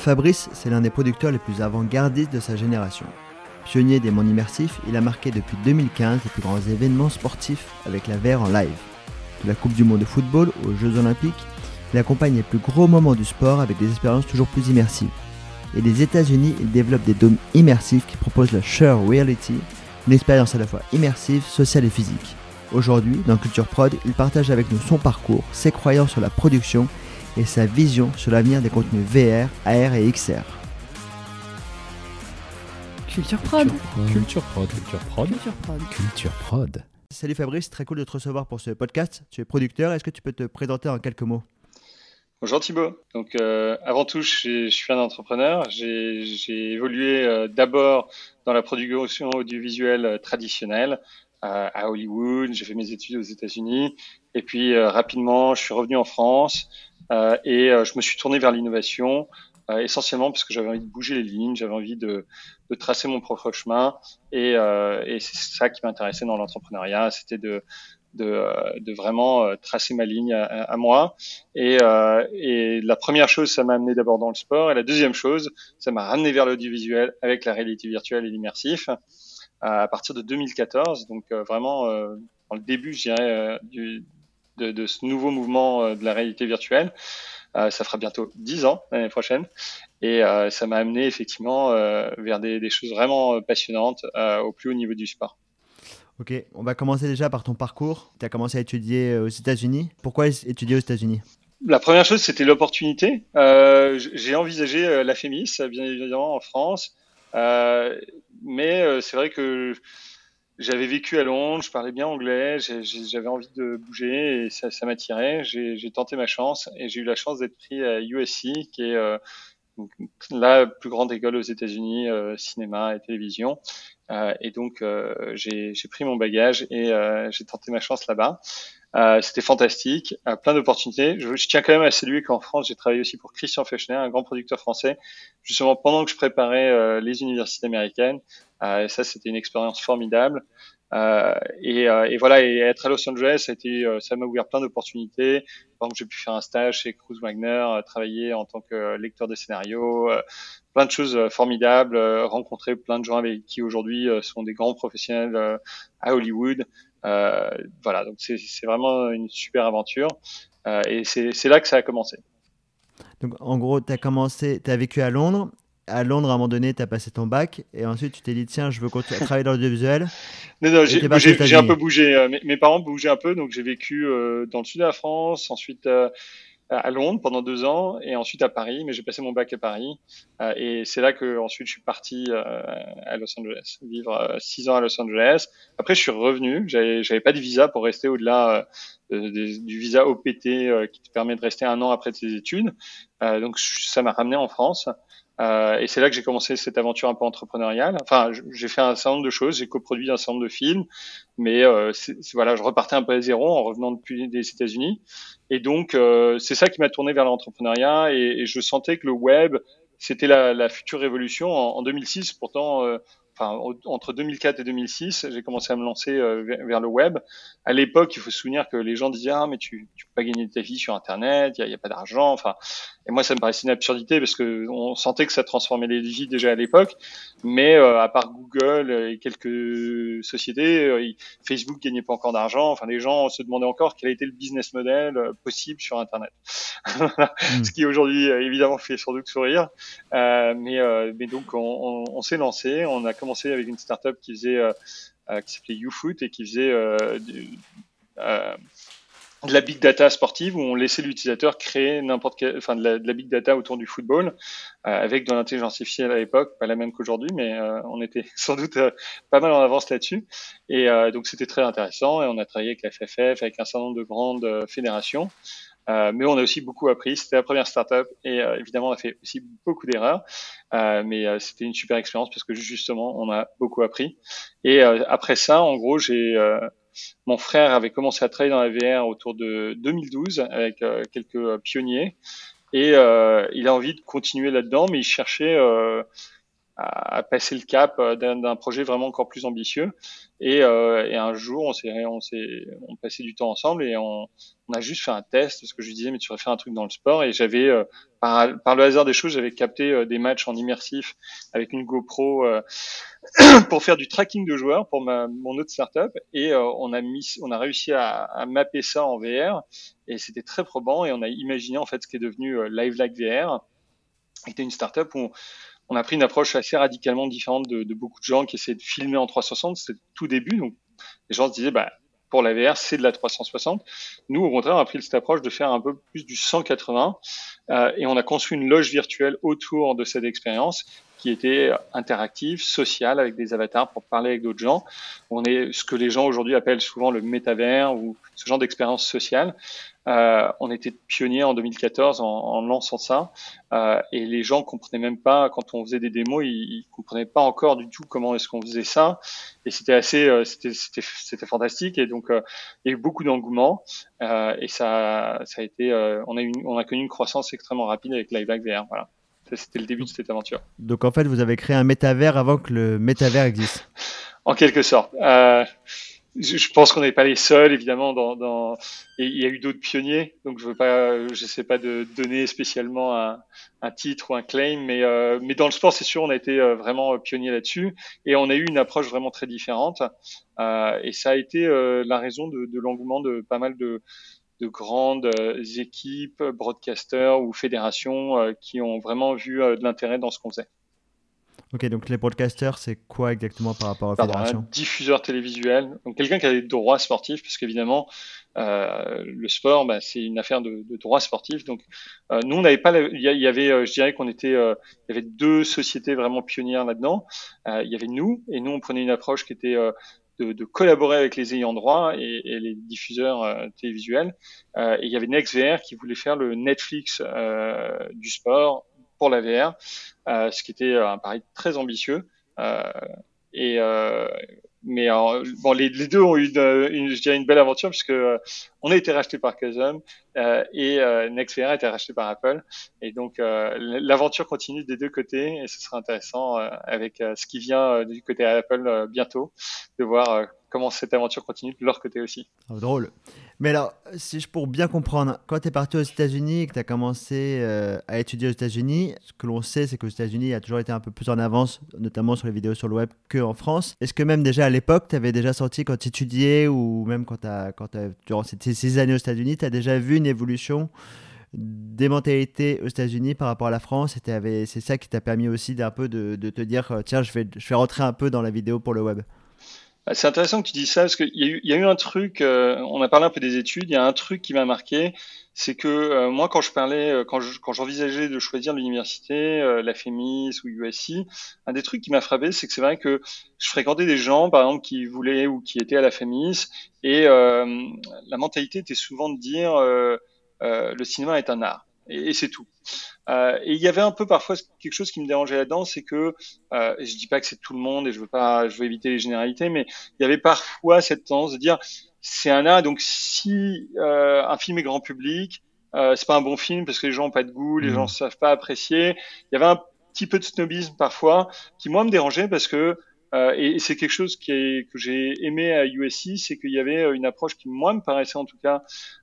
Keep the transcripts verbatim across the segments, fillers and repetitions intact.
Fabrice, c'est l'un des producteurs les plus avant-gardistes de sa génération. Pionnier des mondes immersifs, il a marqué depuis deux mille quinze les plus grands événements sportifs avec la V R en live. De la Coupe du Monde de football aux Jeux Olympiques, il accompagne les plus gros moments du sport avec des expériences toujours plus immersives. Et des États-Unis, il développe des dômes immersifs qui proposent la Sheer Reality, une expérience à la fois immersive, sociale et physique. Aujourd'hui, dans Culture Prod, il partage avec nous son parcours, ses croyances sur la production et sa vision sur l'avenir des contenus V R, A R et X R. Culture Prod. Culture Prod. Culture Prod. Culture Prod. Culture Prod. Salut Fabrice, très cool de te recevoir pour ce podcast. Tu es producteur, est-ce que tu peux te présenter en quelques mots ? Bonjour Thibaut. Donc, euh, avant tout, je suis, je suis un entrepreneur. J'ai, j'ai évolué euh, d'abord dans la production audiovisuelle euh, traditionnelle euh, à Hollywood. J'ai fait mes études aux États-Unis. Et puis, euh, rapidement, je suis revenu en France euh, et euh, je me suis tourné vers l'innovation, euh, essentiellement parce que j'avais envie de bouger les lignes, j'avais envie de, de tracer mon propre chemin. Et, euh, et c'est ça qui m'intéressait dans l'entrepreneuriat, c'était de De, de vraiment tracer ma ligne à, à moi. Et, euh, et la première chose, ça m'a amené d'abord dans le sport. Et la deuxième chose, ça m'a ramené vers l'audiovisuel avec la réalité virtuelle et l'immersif euh, à partir de deux mille quatorze. Donc euh, vraiment euh, dans le début, je dirais, euh, du, de, de ce nouveau mouvement euh, de la réalité virtuelle. Euh, ça fera bientôt dix ans l'année prochaine. Et euh, ça m'a amené effectivement euh, vers des, des choses vraiment passionnantes euh, au plus haut niveau du sport. Ok, on va commencer déjà par ton parcours. Tu as commencé à étudier aux États-Unis. Pourquoi étudier aux États-Unis ? La première chose, c'était l'opportunité. Euh, j'ai envisagé euh, la FEMIS, bien évidemment, en France. Euh, mais euh, c'est vrai que j'avais vécu à Londres, je parlais bien anglais, j'ai, j'avais envie de bouger et ça, ça m'attirait. J'ai, j'ai tenté ma chance et j'ai eu la chance d'être pris à U S C, qui est euh, la plus grande école aux États-Unis, euh, cinéma et télévision. Euh, et donc, euh, j'ai, j'ai pris mon bagage et euh, j'ai tenté ma chance là-bas. Euh, c'était fantastique, euh, plein d'opportunités. Je, je tiens quand même à saluer qu'en France, j'ai travaillé aussi pour Christian Fechner, un grand producteur français, justement pendant que je préparais euh, les universités américaines. Euh, et ça, c'était une expérience formidable. Euh, et, euh, et voilà, et être à Los Angeles, ça a été, euh, ça m'a ouvert plein d'opportunités. Par exemple, j'ai pu faire un stage chez Cruz Wagner, euh, travailler en tant que lecteur de scénario, euh, plein de choses euh, formidables, euh, rencontrer plein de gens avec qui aujourd'hui euh, sont des grands professionnels euh, à Hollywood. Euh, voilà, donc c'est, c'est vraiment une super aventure euh, et c'est, c'est là que ça a commencé. Donc en gros, tu as commencé, tu as vécu à Londres. À Londres, à un moment donné, tu as passé ton bac et ensuite tu t'es dit tiens, je veux continuer à travailler dans l'audiovisuel. Non, non, j'ai, j'ai, j'ai un peu bougé. Mes, mes parents bougeaient un peu, donc j'ai vécu euh, dans le sud de la France, ensuite euh, à Londres pendant deux ans et ensuite à Paris, mais j'ai passé mon bac à Paris euh, et c'est là que ensuite je suis parti euh, à Los Angeles, vivre euh, six ans à Los Angeles. Après je suis revenu, j'avais, j'avais pas de visa pour rester au-delà euh, de, du visa O P T euh, qui te permet de rester un an après tes études, euh, donc ça m'a ramené en France. Euh, et c'est là que j'ai commencé cette aventure un peu entrepreneuriale. Enfin, j'ai fait un certain nombre de choses, j'ai coproduit un certain nombre de films, mais euh, c'est, c'est, voilà, je repartais un peu à zéro en revenant depuis des États-Unis. Et donc, euh, c'est ça qui m'a tourné vers l'entrepreneuriat et, et je sentais que le web, c'était la, la future révolution. En, en deux mille six, pourtant, euh, enfin, entre deux mille quatre et deux mille six, j'ai commencé à me lancer euh, vers, vers le web. À l'époque, il faut se souvenir que les gens disaient ah mais tu tu peux pas gagner ta vie sur Internet, il y a, y a pas d'argent. Enfin, et moi ça me paraissait une absurdité parce que on sentait que ça transformait les vies déjà à l'époque. Mais euh, à part Google et quelques sociétés, euh, Facebook gagnait pas encore d'argent. Enfin, les gens se demandaient encore quel était le business model euh, possible sur Internet. mm. Ce qui aujourd'hui euh, évidemment fait sans doute sourire. Euh, mais euh, mais donc on, on, on s'est lancé, on a commencé avec une startup qui faisait euh, euh, qui s'appelait YouFoot et qui faisait euh, du, euh, de la big data sportive où on laissait l'utilisateur créer n'importe quel, enfin de la, de la big data autour du football euh, avec de l'intelligence artificielle à l'époque, pas la même qu'aujourd'hui, mais euh, on était sans doute euh, pas mal en avance là-dessus. Et euh, donc c'était très intéressant et on a travaillé avec la F F F, avec un certain nombre de grandes euh, fédérations. Euh, mais on a aussi beaucoup appris. C'était la première startup et euh, évidemment on a fait aussi beaucoup d'erreurs, euh, mais euh, c'était une super expérience parce que justement on a beaucoup appris. Et euh, après ça, en gros, j'ai euh, mon frère avait commencé à travailler dans la V R autour de deux mille douze avec euh, quelques pionniers et euh, il a envie de continuer là-dedans, mais il cherchait euh, à, à passer le cap d'un, d'un projet vraiment encore plus ambitieux. Et, euh, et un jour, on s'est, on s'est, on passait du temps ensemble et on, on a juste fait un test. Ce que je lui disais, mais tu vas faire un truc dans le sport. Et j'avais, euh, par, par le hasard des choses, j'avais capté euh, des matchs en immersif avec une GoPro euh, pour faire du tracking de joueurs pour ma, mon autre startup. Et euh, on a mis, on a réussi à, à mapper ça en V R. Et c'était très probant. Et on a imaginé en fait ce qui est devenu euh, LiveLike V R. C'était une startup où on a pris une approche assez radicalement différente de, de beaucoup de gens qui essaient de filmer en trois cent soixante. C'était tout début, donc les gens se disaient, bah, pour la V R, c'est de la trois cent soixante. Nous, au contraire, on a pris cette approche de faire un peu plus du cent quatre-vingts euh, et on a construit une loge virtuelle autour de cette expérience qui était interactive, sociale, avec des avatars pour parler avec d'autres gens. On est ce que les gens aujourd'hui appellent souvent le métavers ou ce genre d'expérience sociale. Euh, on était pionniers en deux mille quatorze en, en lançant ça euh, et les gens comprenaient même pas quand on faisait des démos, ils, ils comprenaient pas encore du tout comment est-ce qu'on faisait ça et c'était assez, euh, c'était, c'était, c'était fantastique et donc euh, il y a eu beaucoup d'engouement euh, et ça, ça a été, euh, on a eu, une, on a connu une croissance extrêmement rapide avec LiveLike V R. Voilà, ça, c'était le début de cette aventure. Donc en fait, vous avez créé un métavers avant que le métavers existe. En quelque sorte. Euh, Je pense qu'on n'est pas les seuls, évidemment. Dans, dans... Et il y a eu d'autres pionniers, donc je veux pas, je sais pas de donner spécialement un, un titre ou un claim, mais euh, mais dans le sport, c'est sûr, on a été vraiment pionniers là-dessus, et on a eu une approche vraiment très différente. Euh, et ça a été euh, la raison de, de l'engouement de pas mal de de grandes équipes, broadcasters ou fédérations euh, qui ont vraiment vu euh, de l'intérêt dans ce qu'on faisait. Ok, donc les broadcasters, c'est quoi exactement par rapport aux Pardon, fédérations ? un diffuseur télévisuel, donc quelqu'un qui a des droits sportifs, parce qu'évidemment, euh, le sport, bah, c'est une affaire de, de droits sportifs. Donc, euh, nous, on n'avait pas, il y, y avait, euh, je dirais qu'on était, euh, il y avait deux sociétés vraiment pionnières là-dedans. Euh, il y avait nous, et nous, on prenait une approche qui était euh, de, de collaborer avec les ayants droit et, et les diffuseurs euh, télévisuels. Euh, et il y avait NextVR qui voulait faire le Netflix euh, du sport pour la V R, euh, ce qui était un pari très ambitieux. Euh, et euh, mais alors, bon, les, les deux ont eu une, une, je dirais une belle aventure puisque euh, on a été racheté par Chasm euh, et euh, NextVR a été racheté par Apple. Et donc euh, l'aventure continue des deux côtés et ce sera intéressant euh, avec euh, ce qui vient euh, du côté Apple euh, bientôt de voir euh, comment cette aventure continue de leur côté aussi. Oh, drôle. Mais alors, si je pour bien comprendre, quand tu es parti aux États-Unis et que tu as commencé euh, à étudier aux États-Unis, ce que l'on sait, c'est qu'aux États-Unis, il a toujours été un peu plus en avance, notamment sur les vidéos sur le web, qu'en France. Est-ce que même déjà à l'époque, tu avais déjà sorti quand tu étudiais ou même quand tu as, quand t'as, durant ces six années aux États-Unis, tu as déjà vu une évolution des mentalités aux États-Unis par rapport à la France et avais, c'est ça qui t'a permis aussi d'un peu de, de te dire, tiens, je vais, je vais rentrer un peu dans la vidéo pour le web. C'est intéressant que tu dis ça parce qu'il y a eu, il y a eu un truc, euh, on a parlé un peu des études, il y a un truc qui m'a marqué, c'est que euh, moi quand je parlais, euh, quand, je, quand j'envisageais de choisir l'université, euh, la FEMIS ou U S I, un des trucs qui m'a frappé, c'est que c'est vrai que je fréquentais des gens, par exemple, qui voulaient ou qui étaient à la FEMIS, et euh, la mentalité était souvent de dire euh, euh, le cinéma est un art, et, et c'est tout. Euh, et il y avait un peu parfois quelque chose qui me dérangeait là-dedans, c'est que euh, je dis pas que c'est tout le monde et je veux pas, je veux éviter les généralités, mais il y avait parfois cette tendance de dire c'est un art, donc si euh, un film est grand public, euh, c'est pas un bon film parce que les gens ont pas de goût, les mmh. gens ne savent pas apprécier. Il y avait un petit peu de snobisme parfois qui moi me dérangeait parce que euh, et c'est quelque chose qui est, que j'ai aimé à U S C, c'est qu'il y avait une approche qui moi me paraissait en tout cas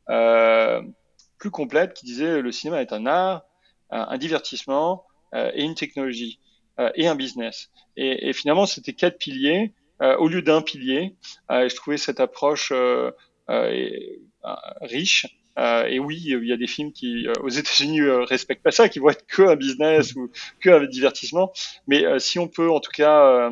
euh, plus complète, qui disait le cinéma est un art, un divertissement euh, et une technologie euh, et un business. Et, et finalement, c'était quatre piliers euh, au lieu d'un pilier. Euh, je trouvais cette approche euh, euh, riche. Euh, et oui, il y a des films qui, euh, aux États-Unis, euh, respectent pas ça, qui vont être que un business ou que un divertissement. Mais euh, si on peut, en tout cas, euh,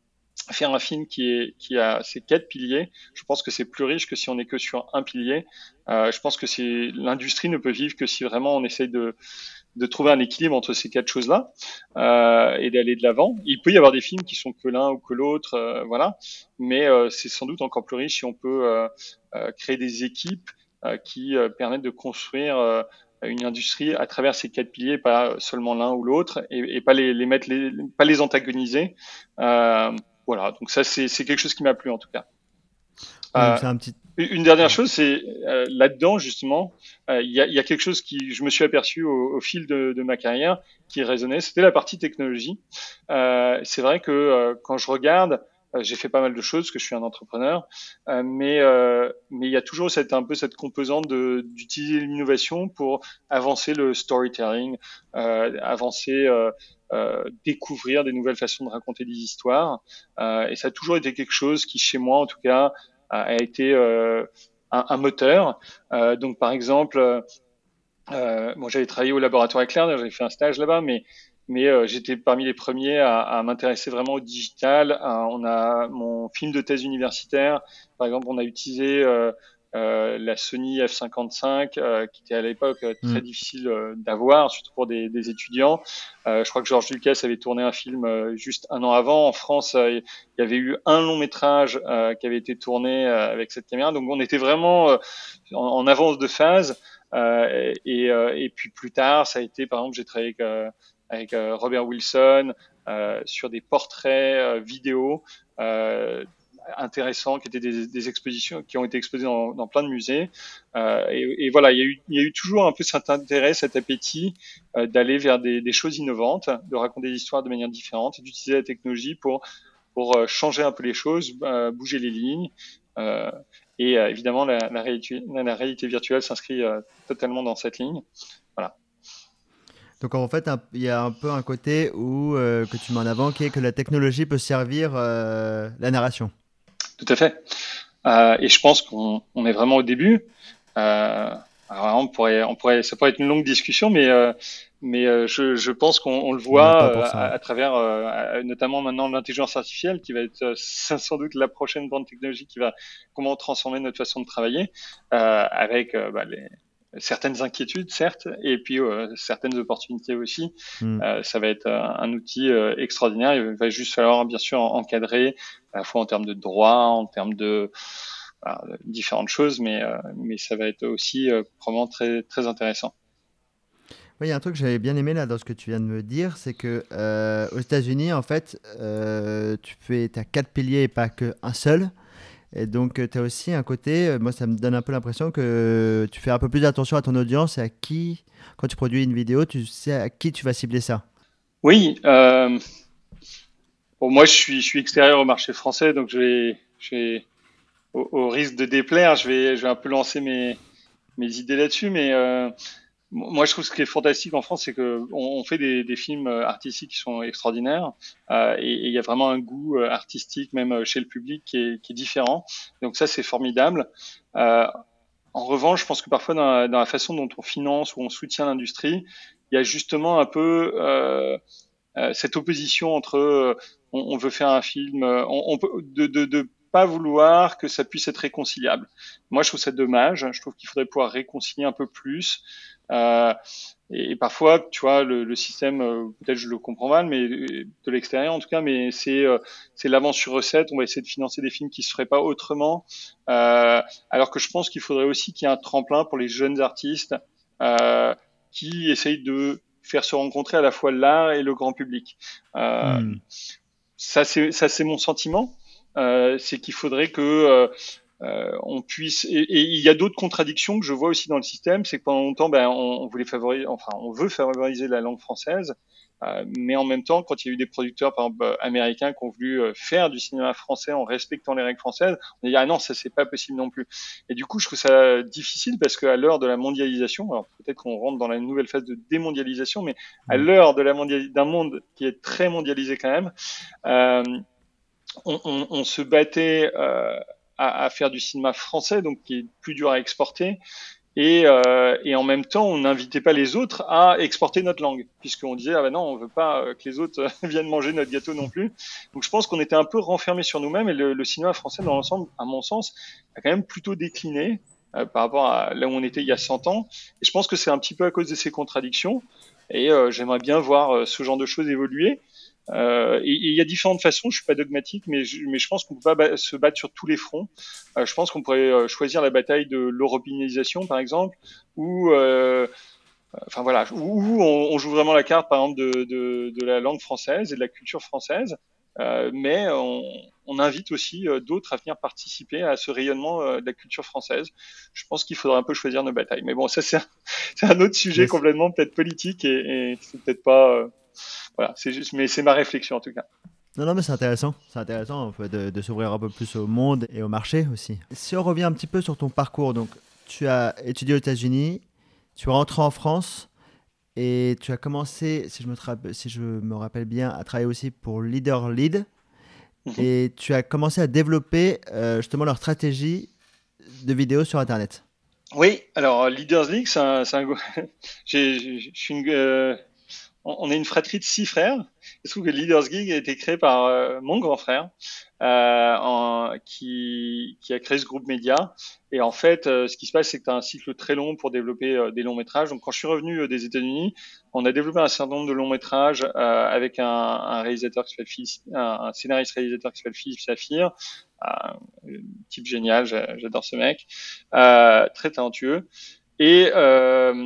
faire un film qui est qui a ces quatre piliers, je pense que c'est plus riche que si on est que sur un pilier. Euh, je pense que c'est l'industrie ne peut vivre que si vraiment on essaye de de trouver un équilibre entre ces quatre choses-là euh, et d'aller de l'avant. Il peut y avoir des films qui sont que l'un ou que l'autre, euh, voilà, mais euh, c'est sans doute encore plus riche si on peut euh, euh, créer des équipes euh, qui euh, permettent de construire euh, une industrie à travers ces quatre piliers, pas seulement l'un ou l'autre, et, et pas les, les mettre, les, pas les antagoniser. Euh, voilà, donc ça c'est, c'est quelque chose qui m'a plu en tout cas. Ouais, euh, c'est un petit, Une dernière chose, c'est euh, là-dedans justement, euh, il y, a, y a quelque chose qui, je me suis aperçu au, au fil de, de ma carrière, qui résonnait, c'était la partie technologie. Euh, c'est vrai que euh, quand je regarde, euh, j'ai fait pas mal de choses, parce que je suis un entrepreneur, euh, mais euh, mais il y a toujours cette un peu cette composante de d'utiliser l'innovation pour avancer le storytelling, euh, avancer, euh, euh, découvrir des nouvelles façons de raconter des histoires. Euh, et ça a toujours été quelque chose qui, chez moi en tout cas, a, a été euh, un, un moteur. Euh, donc, par exemple, euh, bon, j'avais travaillé au laboratoire Éclair, j'avais fait un stage là-bas, mais mais euh, j'étais parmi les premiers à, à m'intéresser vraiment au digital. Euh, on a mon film de thèse universitaire, par exemple, on a utilisé euh, euh, la Sony F cinquante-cinq, euh, qui était à l'époque euh, Mm. très difficile euh, d'avoir, surtout pour des, des étudiants. Euh, je crois que George Lucas avait tourné un film euh, juste un an avant. En France, euh, il y avait eu un long métrage euh, qui avait été tourné euh, avec cette caméra. Donc on était vraiment euh, en, en avance de phase. Euh, et, euh, et puis plus tard, ça a été, par exemple, j'ai travaillé avec, euh, avec euh, Robert Wilson euh, sur des portraits euh, vidéo euh, intéressants, qui étaient des, des expositions qui ont été exposées dans, dans plein de musées. Euh, et, et voilà, il y, a eu, il y a eu toujours un peu cet intérêt, cet appétit euh, d'aller vers des, des choses innovantes, de raconter des histoires de manière différente et d'utiliser la technologie pour pour euh, changer un peu les choses, euh, bouger les lignes. Euh, et euh, évidemment, la, la, réalité, la réalité virtuelle s'inscrit euh, totalement dans cette ligne. Voilà. Donc en fait, un- il y a un peu un côté où, euh, que tu mets en avant, qui est que la technologie peut servir euh, la narration. Tout à fait. Euh, et je pense qu'on on est vraiment au début. Euh, alors on pourrait, on pourrait, ça pourrait être une longue discussion, mais euh, mais euh, je, je pense qu'on on le On n'a voit pas euh, pour à, ça. à travers, euh, à- notamment maintenant l'intelligence artificielle, qui va être euh, sans doute la prochaine grande technologie qui va comment transformer notre façon de travailler, euh, avec euh, bah, les, certaines inquiétudes, certes, et puis euh, certaines opportunités aussi. Mm. Euh, ça va être un, un outil euh, extraordinaire. Il va juste falloir bien sûr encadrer, à la fois en termes de droit, en termes de voilà, différentes choses, mais, euh, mais ça va être aussi euh, probablement très, très intéressant. Oui, il y a un truc que j'avais bien aimé là dans ce que tu viens de me dire, c'est que euh, aux États-Unis, en fait, euh, tu fais, as quatre piliers et pas qu'un seul. Et donc, tu as aussi un côté, euh, moi, ça me donne un peu l'impression que tu fais un peu plus attention à ton audience et à qui, quand tu produis une vidéo, tu sais à qui tu vas cibler ça. Oui, euh, bon, moi je suis, je suis extérieur au marché français, donc je vais, je vais au, au risque de déplaire, je vais, je vais un peu lancer mes, mes idées là-dessus, mais euh, moi, je trouve ce qui est fantastique en France, c'est que on, on fait des, des films euh, artistiques qui sont extraordinaires, euh, et et il y a vraiment un goût euh, artistique, même euh, chez le public, qui est, qui est différent. Donc ça, c'est formidable. Euh, en revanche, je pense que parfois, dans la, dans la façon dont on finance ou on soutient l'industrie, il y a justement un peu euh, euh, cette opposition entre euh, on, on veut faire un film, euh, on, on peut, de, de, de pas vouloir que ça puisse être réconciliable. Moi, je trouve ça dommage. Je trouve qu'il faudrait pouvoir réconcilier un peu plus. Euh, et, et parfois, tu vois, le, le système, euh, peut-être je le comprends mal, mais euh, de l'extérieur en tout cas, mais c'est euh, c'est l'avance sur recette. On va essayer de financer des films qui se feraient pas autrement. Euh, alors que je pense qu'il faudrait aussi qu'il y ait un tremplin pour les jeunes artistes euh, qui essayent de faire se rencontrer à la fois l'art et le grand public. Euh, Hmm. ça, c'est ça, c'est mon sentiment. Euh, c'est qu'il faudrait que euh, euh, on puisse. Et, et il y a d'autres contradictions que je vois aussi dans le système, c'est que pendant longtemps, ben, on, on voulait favoriser, enfin, on veut favoriser la langue française, euh, mais en même temps, quand il y a eu des producteurs, par exemple, américains, qui ont voulu euh, faire du cinéma français en respectant les règles françaises, on a dit ah non, ça c'est pas possible non plus. Et du coup, je trouve ça difficile parce qu'à l'heure de la mondialisation, alors peut-être qu'on rentre dans la nouvelle phase de démondialisation, mais à Hmm. l'heure de la mondial... d'un monde qui est très mondialisé quand même, euh, on, on, on se battait euh, à, à faire du cinéma français, donc qui est plus dur à exporter. Et, euh, et en même temps, on n'invitait pas les autres à exporter notre langue, puisqu'on disait ah ben non, on veut pas euh, que les autres viennent manger notre gâteau non plus. Donc je pense qu'on était un peu renfermés sur nous-mêmes, et le, le cinéma français dans l'ensemble, à mon sens, a quand même plutôt décliné euh, par rapport à là où on était il y a cent ans. Et je pense que c'est un petit peu à cause de ces contradictions. Et euh, j'aimerais bien voir euh, ce genre de choses évoluer. Euh, et il y a différentes façons. Je suis pas dogmatique, mais je, mais je pense qu'on peut pas se battre sur tous les fronts. Euh, je pense qu'on pourrait euh, choisir la bataille de l'européanisation, par exemple, ou euh, enfin voilà, où on, on joue vraiment la carte, par exemple, de, de, de la langue française et de la culture française, euh, mais on, on invite aussi euh, d'autres à venir participer à ce rayonnement euh, de la culture française. Je pense qu'il faudra un peu choisir nos batailles. Mais bon, ça c'est un, c'est un autre sujet yes. complètement peut-être politique et, et c'est peut-être pas. Euh, voilà, c'est juste, mais c'est ma réflexion en tout cas. Non, non, mais c'est intéressant. C'est intéressant en fait, de, de s'ouvrir un peu plus au monde et au marché aussi. Si on revient un petit peu sur ton parcours, donc tu as étudié aux États-Unis, tu es rentré en France et tu as commencé, si je me, tra- si je me rappelle bien, à travailler aussi pour Leader Lead. Mm-hmm. Et tu as commencé à développer euh, justement leur stratégie de vidéos sur Internet. Oui, alors Leaders League, c'est un, c'est un... j'ai, j'ai, je suis une, euh, on est une fratrie de six frères. Je trouve que Leaders Gig a été créé par euh, mon grand frère, euh, en, qui, qui a créé ce groupe média. Et en fait, euh, ce qui se passe, c'est que tu as un cycle très long pour développer euh, des longs métrages. Donc, quand je suis revenu euh, des États-Unis, on a développé un certain nombre de longs métrages euh, avec un, un réalisateur qui s'appelle Philippe, un, un scénariste réalisateur qui s'appelle Philippe Saphir, un type génial, j'adore ce mec, euh, très talentueux. Et euh,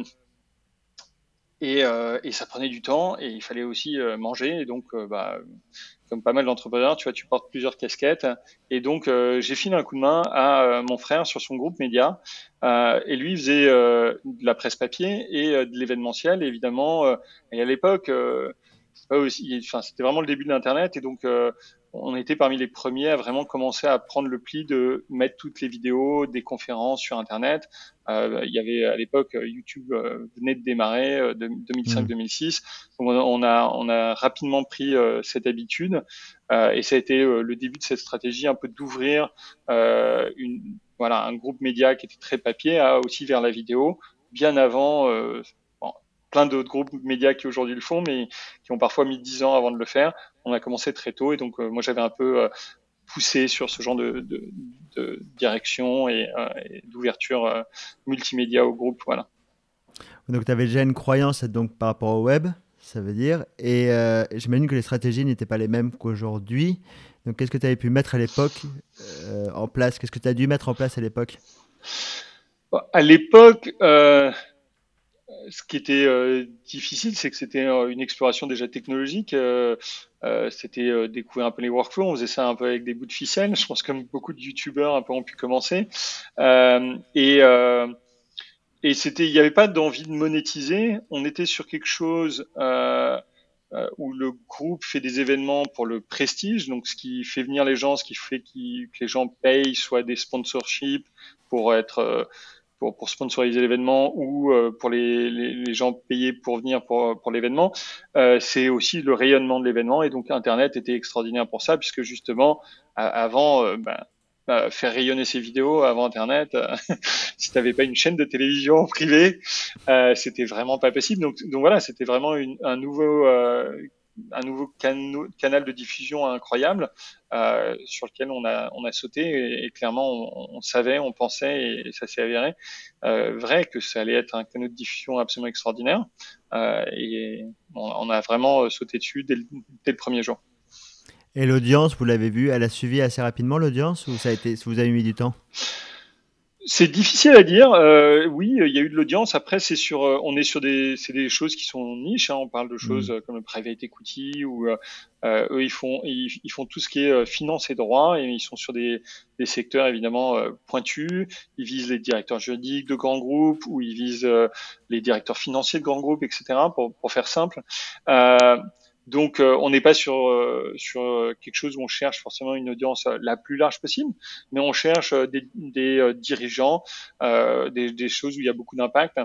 Et, euh, et ça prenait du temps et il fallait aussi euh, manger. Et donc, euh, bah, comme pas mal d'entrepreneurs, tu vois, tu portes plusieurs casquettes. Et donc, euh, j'ai filé un coup de main à euh, mon frère sur son groupe média. Euh, et lui, il faisait euh, de la presse papier et euh, de l'événementiel. Et évidemment, euh, et à l'époque, euh, c'est pas aussi, enfin, c'était vraiment le début de l'Internet. Et donc, euh, on était parmi les premiers à vraiment commencer à prendre le pli de mettre toutes les vidéos des conférences sur Internet. Euh, il y avait à l'époque YouTube euh, venait de démarrer euh, de deux mille cinq deux mille six. Donc on a on a rapidement pris euh, cette habitude euh, et ça a été euh, le début de cette stratégie un peu d'ouvrir euh, une voilà un groupe média qui était très papier à aussi vers la vidéo bien avant euh, bon, plein d'autres groupes médias qui aujourd'hui le font mais qui ont parfois mis dix ans avant de le faire. On a commencé très tôt et donc euh, moi j'avais un peu euh, poussé sur ce genre de, de, de direction et, euh, et d'ouverture euh, multimédia au groupe. Voilà. Donc, tu avais déjà une croyance donc, par rapport au web, ça veut dire. Et euh, j'imagine que les stratégies n'étaient pas les mêmes qu'aujourd'hui. Donc, qu'est-ce que tu avais pu mettre à l'époque euh, en place? Qu'est-ce que tu as dû mettre en place à l'époque? À l'époque, euh, ce qui était euh, difficile, c'est que c'était euh, une exploration déjà technologique. Euh, euh, c'était euh, découvrir un peu les workflows. On faisait ça un peu avec des bouts de ficelle. Je pense comme beaucoup de youtubeurs un peu ont pu commencer. Euh, et euh, et c'était, il n'y avait pas d'envie de monétiser. On était sur quelque chose euh, euh, où le groupe fait des événements pour le prestige, donc ce qui fait venir les gens, ce qui fait qui, que les gens payent, soit des sponsorships pour être euh, pour, pour sponsoriser l'événement ou euh, pour les, les, les gens payés pour venir pour, pour l'événement. Euh, c'est aussi le rayonnement de l'événement et donc Internet était extraordinaire pour ça puisque justement à, avant euh, ben, euh, faire rayonner ces vidéos avant Internet, euh, si tu n'avais pas une chaîne de télévision privée, euh, c'était vraiment pas possible. Donc, donc voilà, c'était vraiment une, un nouveau euh, un nouveau cano, canal de diffusion incroyable euh, sur lequel on a on a sauté et, et clairement on, on savait, on pensait et, et ça s'est avéré euh, vrai que ça allait être un canal de diffusion absolument extraordinaire euh, et on, on a vraiment sauté dessus dès le, dès le premier jour. Et l'audience, vous l'avez vu, elle a suivi assez rapidement l'audience ou ça a été, vous avez mis du temps? C'est difficile à dire. Euh, oui, il y a eu de l'audience. Après, c'est sur, euh, on est sur des, c'est des choses qui sont niches. Hein. On parle de choses Mmh. euh, comme le private equity ou euh, euh, eux, ils font, ils, ils font tout ce qui est euh, finance et droit et ils sont sur des, des secteurs évidemment euh, pointus. Ils visent les directeurs juridiques de grands groupes ou ils visent euh, les directeurs financiers de grands groupes, et cetera. Pour, pour faire simple. Euh, donc, euh, on n'est pas sur euh, sur quelque chose où on cherche forcément une audience euh, la plus large possible, mais on cherche euh, des, des euh, dirigeants, euh, des, des choses où il y a beaucoup d'impact.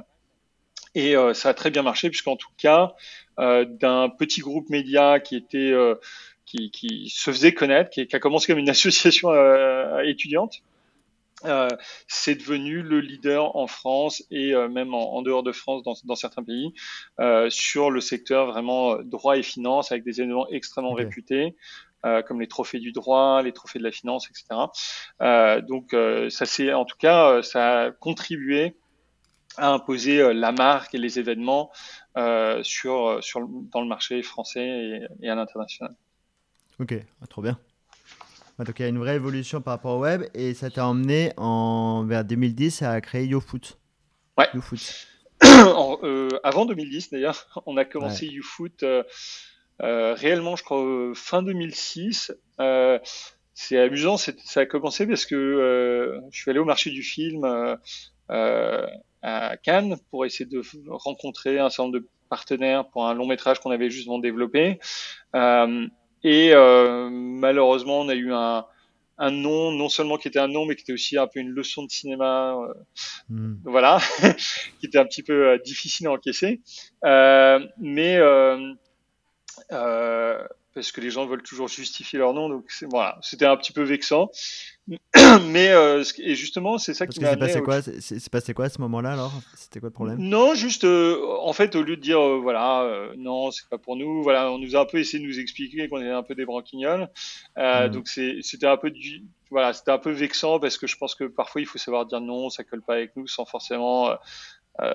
Et euh, ça a très bien marché, puisqu'en tout cas, euh, d'un petit groupe média qui était euh, qui, qui se faisait connaître, qui, qui a commencé comme une association euh, étudiante, euh, c'est devenu le leader en France et euh, même en, en dehors de France dans, dans certains pays euh, sur le secteur vraiment euh, droit et finance avec des événements extrêmement Okay. réputés euh, comme les trophées du droit, les trophées de la finance, et cetera. Euh, donc euh, ça c'est en tout cas ça a contribué à imposer euh, la marque et les événements euh, sur sur dans le marché français et, et à l'international. Ok, ah, trop bien. Donc il y a une vraie évolution par rapport au web et ça t'a emmené en, vers deux mille dix à créer YouFoot. Ouais. YouFoot. en, euh, avant deux mille dix d'ailleurs, on a commencé ouais. YouFoot euh, euh, réellement, je crois, euh, fin deux mille six. Euh, c'est amusant. C'est, ça a commencé parce que euh, je suis allé au marché du film euh, euh, à Cannes pour essayer de rencontrer un certain nombre de partenaires pour un long métrage qu'on avait justement développé. Euh, et euh, malheureusement, on a eu un, un nom, non seulement qui était un nom, mais qui était aussi un peu une leçon de cinéma, euh, Mm. voilà, qui était un petit peu euh, difficile à encaisser. Euh, mais euh, euh, parce que les gens veulent toujours justifier leur nom, donc c'est, voilà, c'était un petit peu vexant. Mais euh, et justement, c'est ça Parce qui que m'a c'est amené passé à autre quoi? chose. C'est c'est passé quoi à ce moment-là alors? C'était quoi le problème? Non, juste euh, en fait, au lieu de dire euh, voilà, euh, non, c'est pas pour nous, voilà, on nous a un peu essayé de nous expliquer qu'on était un peu des branquignoles. Euh, Mm. donc c'est, c'était un peu du, voilà, c'était un peu vexant parce que je pense que parfois il faut savoir dire non, ça colle pas avec nous, sans forcément euh, euh,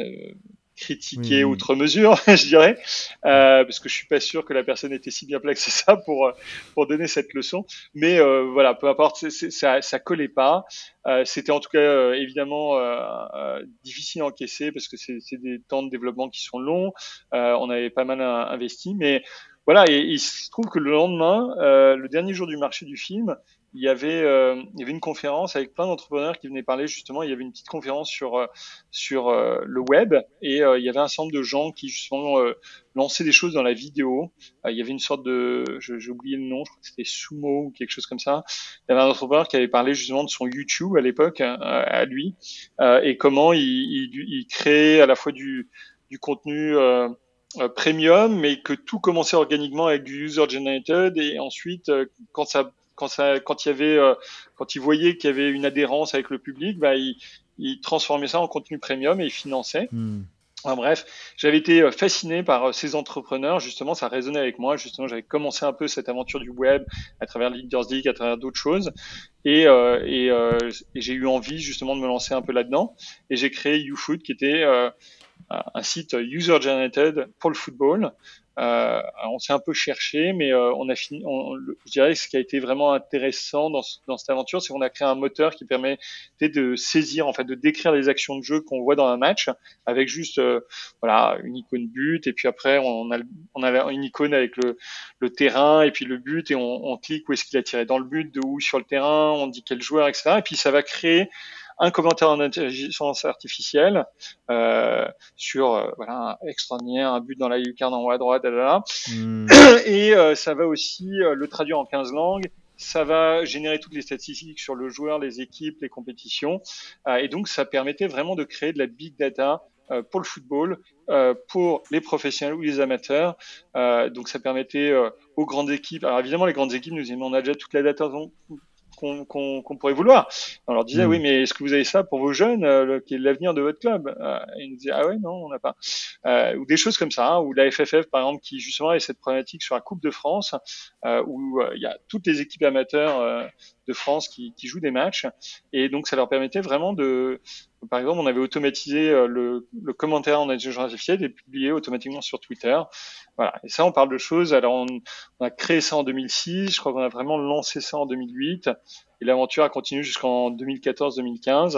Oui, critiquer oui. outre mesure, je dirais, Mm. euh, parce que je suis pas sûr que la personne était si bien placée ça pour euh, pour donner cette leçon. Mais euh, voilà, peu importe, c'est, c'est, ça ça collait pas. Euh, c'était en tout cas euh, évidemment euh, euh, difficile à encaisser parce que c'est, c'est des temps de développement qui sont longs. Euh, on avait pas mal euh, investi, mais voilà, et, et il se trouve que le lendemain, euh, le dernier jour du marché du film, il y avait euh, il y avait une conférence avec plein d'entrepreneurs qui venaient parler justement. Il y avait une petite conférence sur euh, sur euh, le web et euh, il y avait un certain nombre de gens qui justement euh, lançaient des choses dans la vidéo. Euh, il y avait une sorte de, je- j'ai oublié le nom, je crois que c'était Sumo ou quelque chose comme ça. Il y avait un entrepreneur qui avait parlé justement de son YouTube à l'époque euh, à lui euh, et comment il, il, il créait à la fois du du contenu euh, euh, premium, mais que tout commençait organiquement avec du user generated et ensuite euh, quand ça quand ça quand il y avait euh, quand il voyait qu'il y avait une adhérence avec le public, bah il, il transformait ça en contenu premium et il finançait. Mm. Enfin, bref, j'avais été fasciné par ces entrepreneurs, justement, ça résonnait avec moi, justement, j'avais commencé un peu cette aventure du web à travers Leaders League, à travers d'autres choses, et, euh, et, euh, et j'ai eu envie justement de me lancer un peu là-dedans, et j'ai créé YouFoot, qui était euh, un site user-generated pour le football. Euh, on s'est un peu cherché, mais euh, on a fini. On, le, je dirais que ce qui a été vraiment intéressant dans, dans cette aventure, c'est qu'on a créé un moteur qui permettait de saisir, en fait, de décrire les actions de jeu qu'on voit dans un match, avec juste, euh, voilà, une icône but, et puis après on a, on a une icône avec le, le terrain et puis le but, et on, on clique où est-ce qu'il a tiré dans le but, de où sur le terrain, on dit quel joueur, et cetera. Et puis ça va créer un commentaire en intelligence artificielle euh, sur euh, voilà extraordinaire, un but dans la lucarne en haut à droite, da, da, da. Mm. Et euh, ça va aussi euh, le traduire en quinze langues. Ça va générer toutes les statistiques sur le joueur, les équipes, les compétitions. Euh, et donc, ça permettait vraiment de créer de la big data euh, pour le football, euh, pour les professionnels ou les amateurs. Euh, donc, ça permettait euh, aux grandes équipes. Alors, évidemment, les grandes équipes nous disaient, mais on a déjà toute la data qu'on qu'on, qu'on pourrait vouloir. On leur disait, Mm. oui, mais est-ce que vous avez ça pour vos jeunes, euh, le, qui est l'avenir de votre club euh, et ils nous disaient, ah ouais, non, on n'a pas. Euh, ou des choses comme ça, hein, ou la F F F, par exemple, qui justement a cette problématique sur la Coupe de France, euh, où euh, il y a toutes les équipes amateurs euh, de France qui, qui jouent des matchs. Et donc, ça leur permettait vraiment de... Par exemple, on avait automatisé euh, le, le commentaire en intelligence artificielle et publié automatiquement sur Twitter. Voilà. Et ça, on parle de choses. Alors, on, on a créé ça en deux mille six. Je crois qu'on a vraiment lancé ça en deux mille huit. Et l'aventure a continué jusqu'en deux mille quatorze deux mille quinze.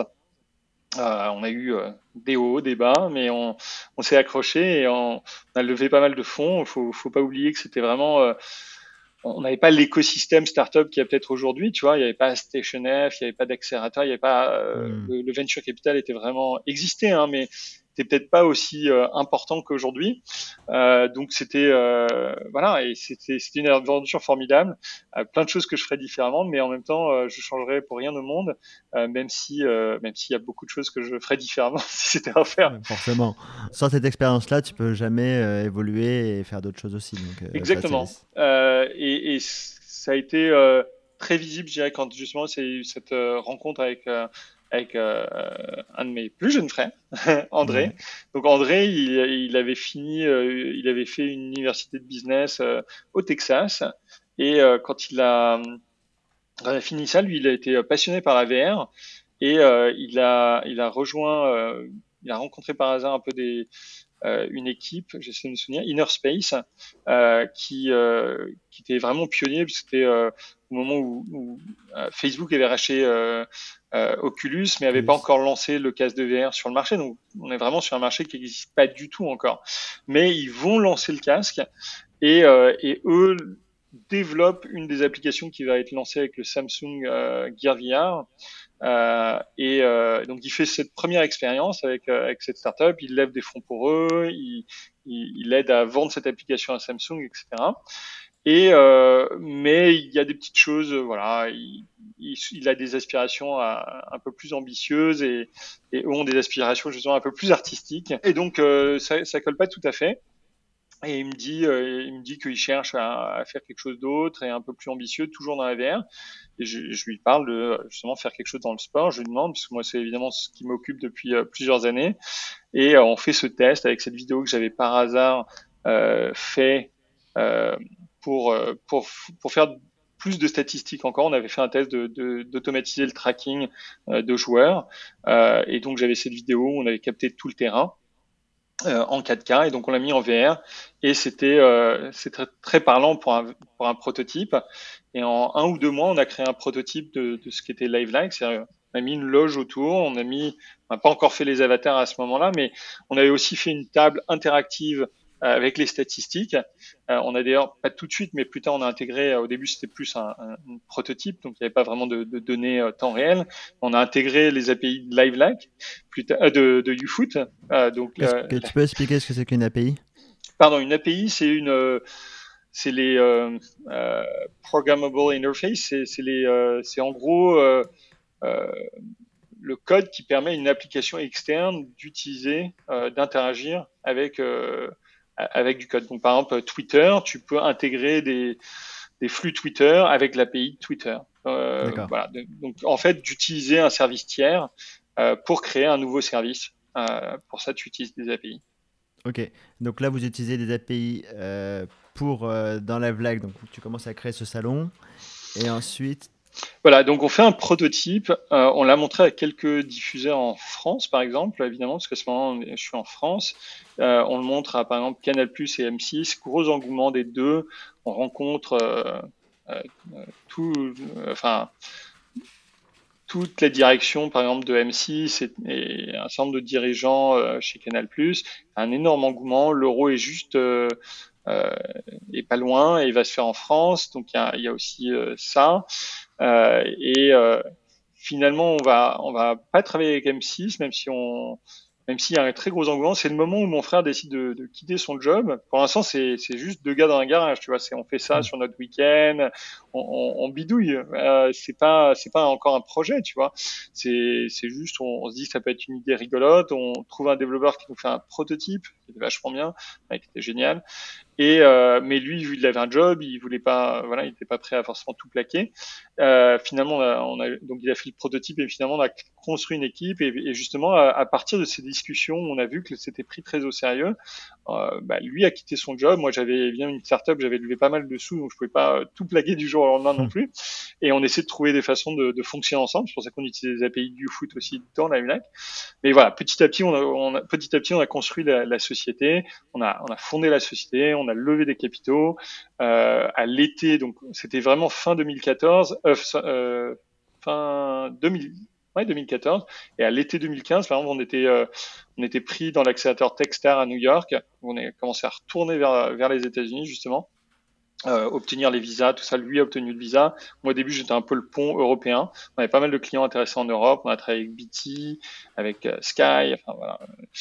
Euh, on a eu euh, des hauts, des bas, mais on, on s'est accroché et on, on a levé pas mal de fonds. Il faut, faut pas oublier que c'était vraiment... Euh, on n'avait pas l'écosystème startup qu'il y a peut-être aujourd'hui, tu vois. Il n'y avait pas Station F, il n'y avait pas d'accélérateur, il n'y avait pas... Euh, Mm. le, le venture capital était vraiment... existait, hein, mais c'était peut-être pas aussi euh, important qu'aujourd'hui. Euh, donc c'était euh, voilà, et c'était c'était une aventure formidable. Euh, plein de choses que je ferais différemment, mais en même temps, euh, je changerais pour rien au monde, euh, même si euh, même s'il y a beaucoup de choses que je ferais différemment si c'était à refaire. Ouais, forcément. Sans cette expérience-là, tu peux jamais euh, évoluer et faire d'autres choses aussi. Donc, euh, ça, c'est... Exactement. Euh, et, et ça a été euh, très visible, je dirais, quand justement c'est eu cette euh, rencontre avec euh, avec euh, un de mes plus jeunes frères, André. Ouais. Donc André, il, il avait fini, euh, il avait fait une université de business euh, au Texas. Et euh, quand il a, quand il a fini ça, lui, il a été passionné par la V R et euh, il a, il a rejoint, euh, il a rencontré par hasard un peu des, euh, une équipe, j'essaie de me souvenir, Inner Space, euh, qui, euh, qui était vraiment pionnier, puisque c'était euh, au moment où, où euh, Facebook avait racheté euh, euh, Oculus, mais avait pas Plus. encore lancé le casque de V R sur le marché. Donc, on est vraiment sur un marché qui n'existe pas du tout encore. Mais ils vont lancer le casque et, euh, et eux développe une des applications qui va être lancée avec le Samsung euh, Gear V R. Euh, et euh, donc il fait cette première expérience avec euh, avec cette startup, il lève des fonds pour eux, il, il, il aide à vendre cette application à Samsung, et cetera. Et euh, mais il y a des petites choses, voilà, il, il, il a des aspirations à, un peu plus ambitieuses et, et eux ont des aspirations justement un peu plus artistiques. Et donc euh, ça, ça colle pas tout à fait. Et il me dit, euh, il me dit qu'il cherche à, à faire quelque chose d'autre et un peu plus ambitieux, toujours dans la V R. Et je, je lui parle de justement faire quelque chose dans le sport. Je lui demande, parce que moi c'est évidemment ce qui m'occupe depuis euh, plusieurs années. Et euh, on fait ce test avec cette vidéo que j'avais par hasard euh, fait euh, pour euh, pour pour faire plus de statistiques encore. On avait fait un test de, de, d'automatiser le tracking euh, de joueurs. Euh, et donc j'avais cette vidéo où on avait capté tout le terrain. Euh, en quatre K, et donc on l'a mis en V R et c'était euh, c'est très, très parlant pour un pour un prototype. Et en un ou deux mois on a créé un prototype de, de ce qui était Live-like, c'est-à-dire on a mis une loge autour, on a mis on n'a pas encore fait les avatars à ce moment-là, mais on avait aussi fait une table interactive euh, avec les statistiques. Euh, on a d'ailleurs pas tout de suite, mais plus tard on a intégré. Au début c'était plus un, un, un prototype, donc il n'y avait pas vraiment de, de données euh, temps réel. On a intégré les A P I de Live-like, plus tard, euh, de, de YouFoot. Euh, donc Est-ce euh, que tu peux expliquer ce que c'est qu'une A P I? Pardon, une A P I, c'est une, euh, c'est les euh, euh, programmable interface. C'est, c'est les, euh, c'est en gros euh, euh, le code qui permet à une application externe d'utiliser, euh, d'interagir avec euh, avec du code. Donc par exemple Twitter, tu peux intégrer des des flux Twitter avec l'A P I de Twitter. Euh, D'accord. voilà. Donc en fait, d'utiliser un service tiers euh, pour créer un nouveau service. Euh, pour ça, tu utilises des A P I. Ok, donc là vous utilisez des A P I euh, pour euh, dans Live-like, donc tu commences à créer ce salon et ensuite. Voilà, donc on fait un prototype. Euh, on l'a montré à quelques diffuseurs en France, par exemple, évidemment, parce qu'à ce moment, je suis en France. Euh, on le montre à, par exemple, Canal+ et M six. Gros engouement des deux. On rencontre euh, euh, tout, euh, enfin, toute la direction, par exemple, de M six et, et un certain nombre de dirigeants euh, chez Canal+. Un énorme engouement. L'euro est juste euh, euh, est pas loin et il va se faire en France. Donc il y a, il y a aussi euh, ça. Euh, et euh, finalement, on va on va pas travailler avec M six, même si on même s'il y a un très gros engouement. C'est le moment où mon frère décide de, de quitter son job. Pour l'instant, c'est c'est juste deux gars dans un garage, tu vois. C'est on fait ça Hmm. sur notre week-end, on, on, on bidouille. Euh, c'est pas c'est pas encore un projet, tu vois. C'est c'est juste on, on se dit que ça peut être une idée rigolote. On trouve un développeur qui nous fait un prototype qui était vachement bien, qui était génial. Et euh, mais lui, il avait un job, il voulait pas, voilà, il n'était pas prêt à forcément tout plaquer. Euh, finalement, on a, on a, donc il a fait le prototype et finalement on a construit une équipe. Et, et justement, à, à partir de ces discussions, on a vu que c'était pris très au sérieux. Euh, bah, lui a quitté son job. Moi, j'avais bien une startup, j'avais levé pas mal de sous, donc je pouvais pas tout plaquer du jour au lendemain non plus. Et on essaie de trouver des façons de, de fonctionner ensemble. C'est pour ça qu'on utilise les A P I du foot aussi dans Live-like. Mais voilà, petit à petit, on a, on a, petit à petit, on a construit la, la société. On a, on a fondé la société. On a levé des capitaux. Euh, à l'été, donc c'était vraiment fin deux mille quatorze, euh, euh, fin deux mille, ouais, deux mille quatorze. Et à l'été deux mille quinze, par exemple, on était, euh, on était pris dans l'accélérateur Techstar à New York. On a commencé à retourner vers, vers les États-Unis justement. Euh, obtenir les visas, tout ça. Lui a obtenu le visa. Moi, au début, j'étais un peu le pont européen. On avait pas mal de clients intéressants en Europe. On a travaillé avec B T, avec euh, Sky, enfin voilà,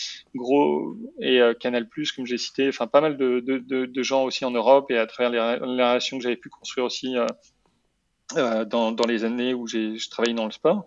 gros et euh, Canal+, comme j'ai cité. Enfin, pas mal de, de, de, de gens aussi en Europe et à travers les, les relations que j'avais pu construire aussi euh, euh, dans, dans les années où j'ai travaillé dans le sport.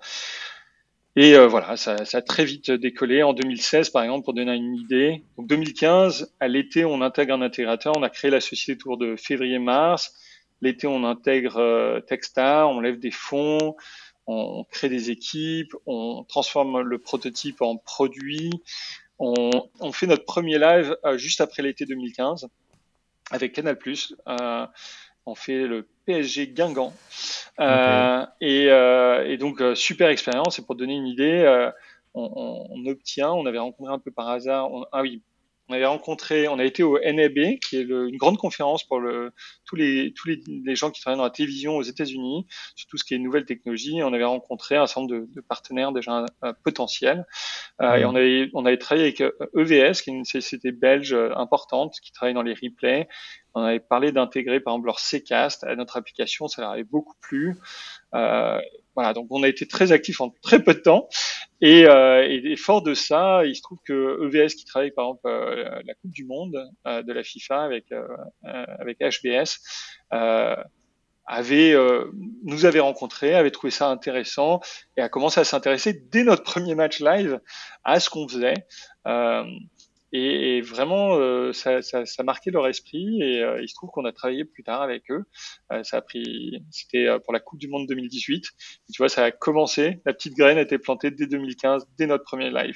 Et euh, voilà, ça, ça a très vite décollé. En deux mille seize, par exemple, pour donner une idée. Donc deux mille quinze, à l'été, on intègre un intégrateur. On a créé la société autour de février-mars. L'été, on intègre euh, Techstar, on lève des fonds, on, on crée des équipes, on transforme le prototype en produit. On, on fait notre premier live euh, juste après l'été deux mille quinze avec Canal+. Euh, on fait le P S G Guingamp. Euh, Ok. et, euh, et donc, euh, super expérience. Et pour donner une idée, euh, on, on, on obtient, on avait rencontré un peu par hasard, on, ah oui, on avait rencontré, on a été au N A B, qui est le, une grande conférence pour le, tous les tous les, les gens qui travaillent dans la télévision aux États-Unis, sur tout ce qui est nouvelles technologies. On avait rencontré un certain nombre de, de partenaires déjà euh, potentiels, euh, mmh. et on avait on avait travaillé avec E V S, qui est une société belge importante qui travaille dans les replays. On avait parlé d'intégrer par exemple leur C-Cast à notre application, ça leur avait beaucoup plu. Euh, voilà, donc on a été très actifs en très peu de temps. Et, euh, et, et fort de ça, il se trouve que E V S qui travaille par exemple euh, la Coupe du Monde euh, de la FIFA avec euh, avec H B S euh, avait euh, nous avait rencontrés, avait trouvé ça intéressant et a commencé à s'intéresser dès notre premier match live à ce qu'on faisait. Euh, Et, et vraiment, euh, ça, ça, ça marquait leur esprit. Et euh, il se trouve qu'on a travaillé plus tard avec eux. Euh, ça a pris, c'était pour la Coupe du Monde deux mille dix-huit. Et tu vois, ça a commencé. La petite graine a été plantée dès deux mille quinze, dès notre premier live.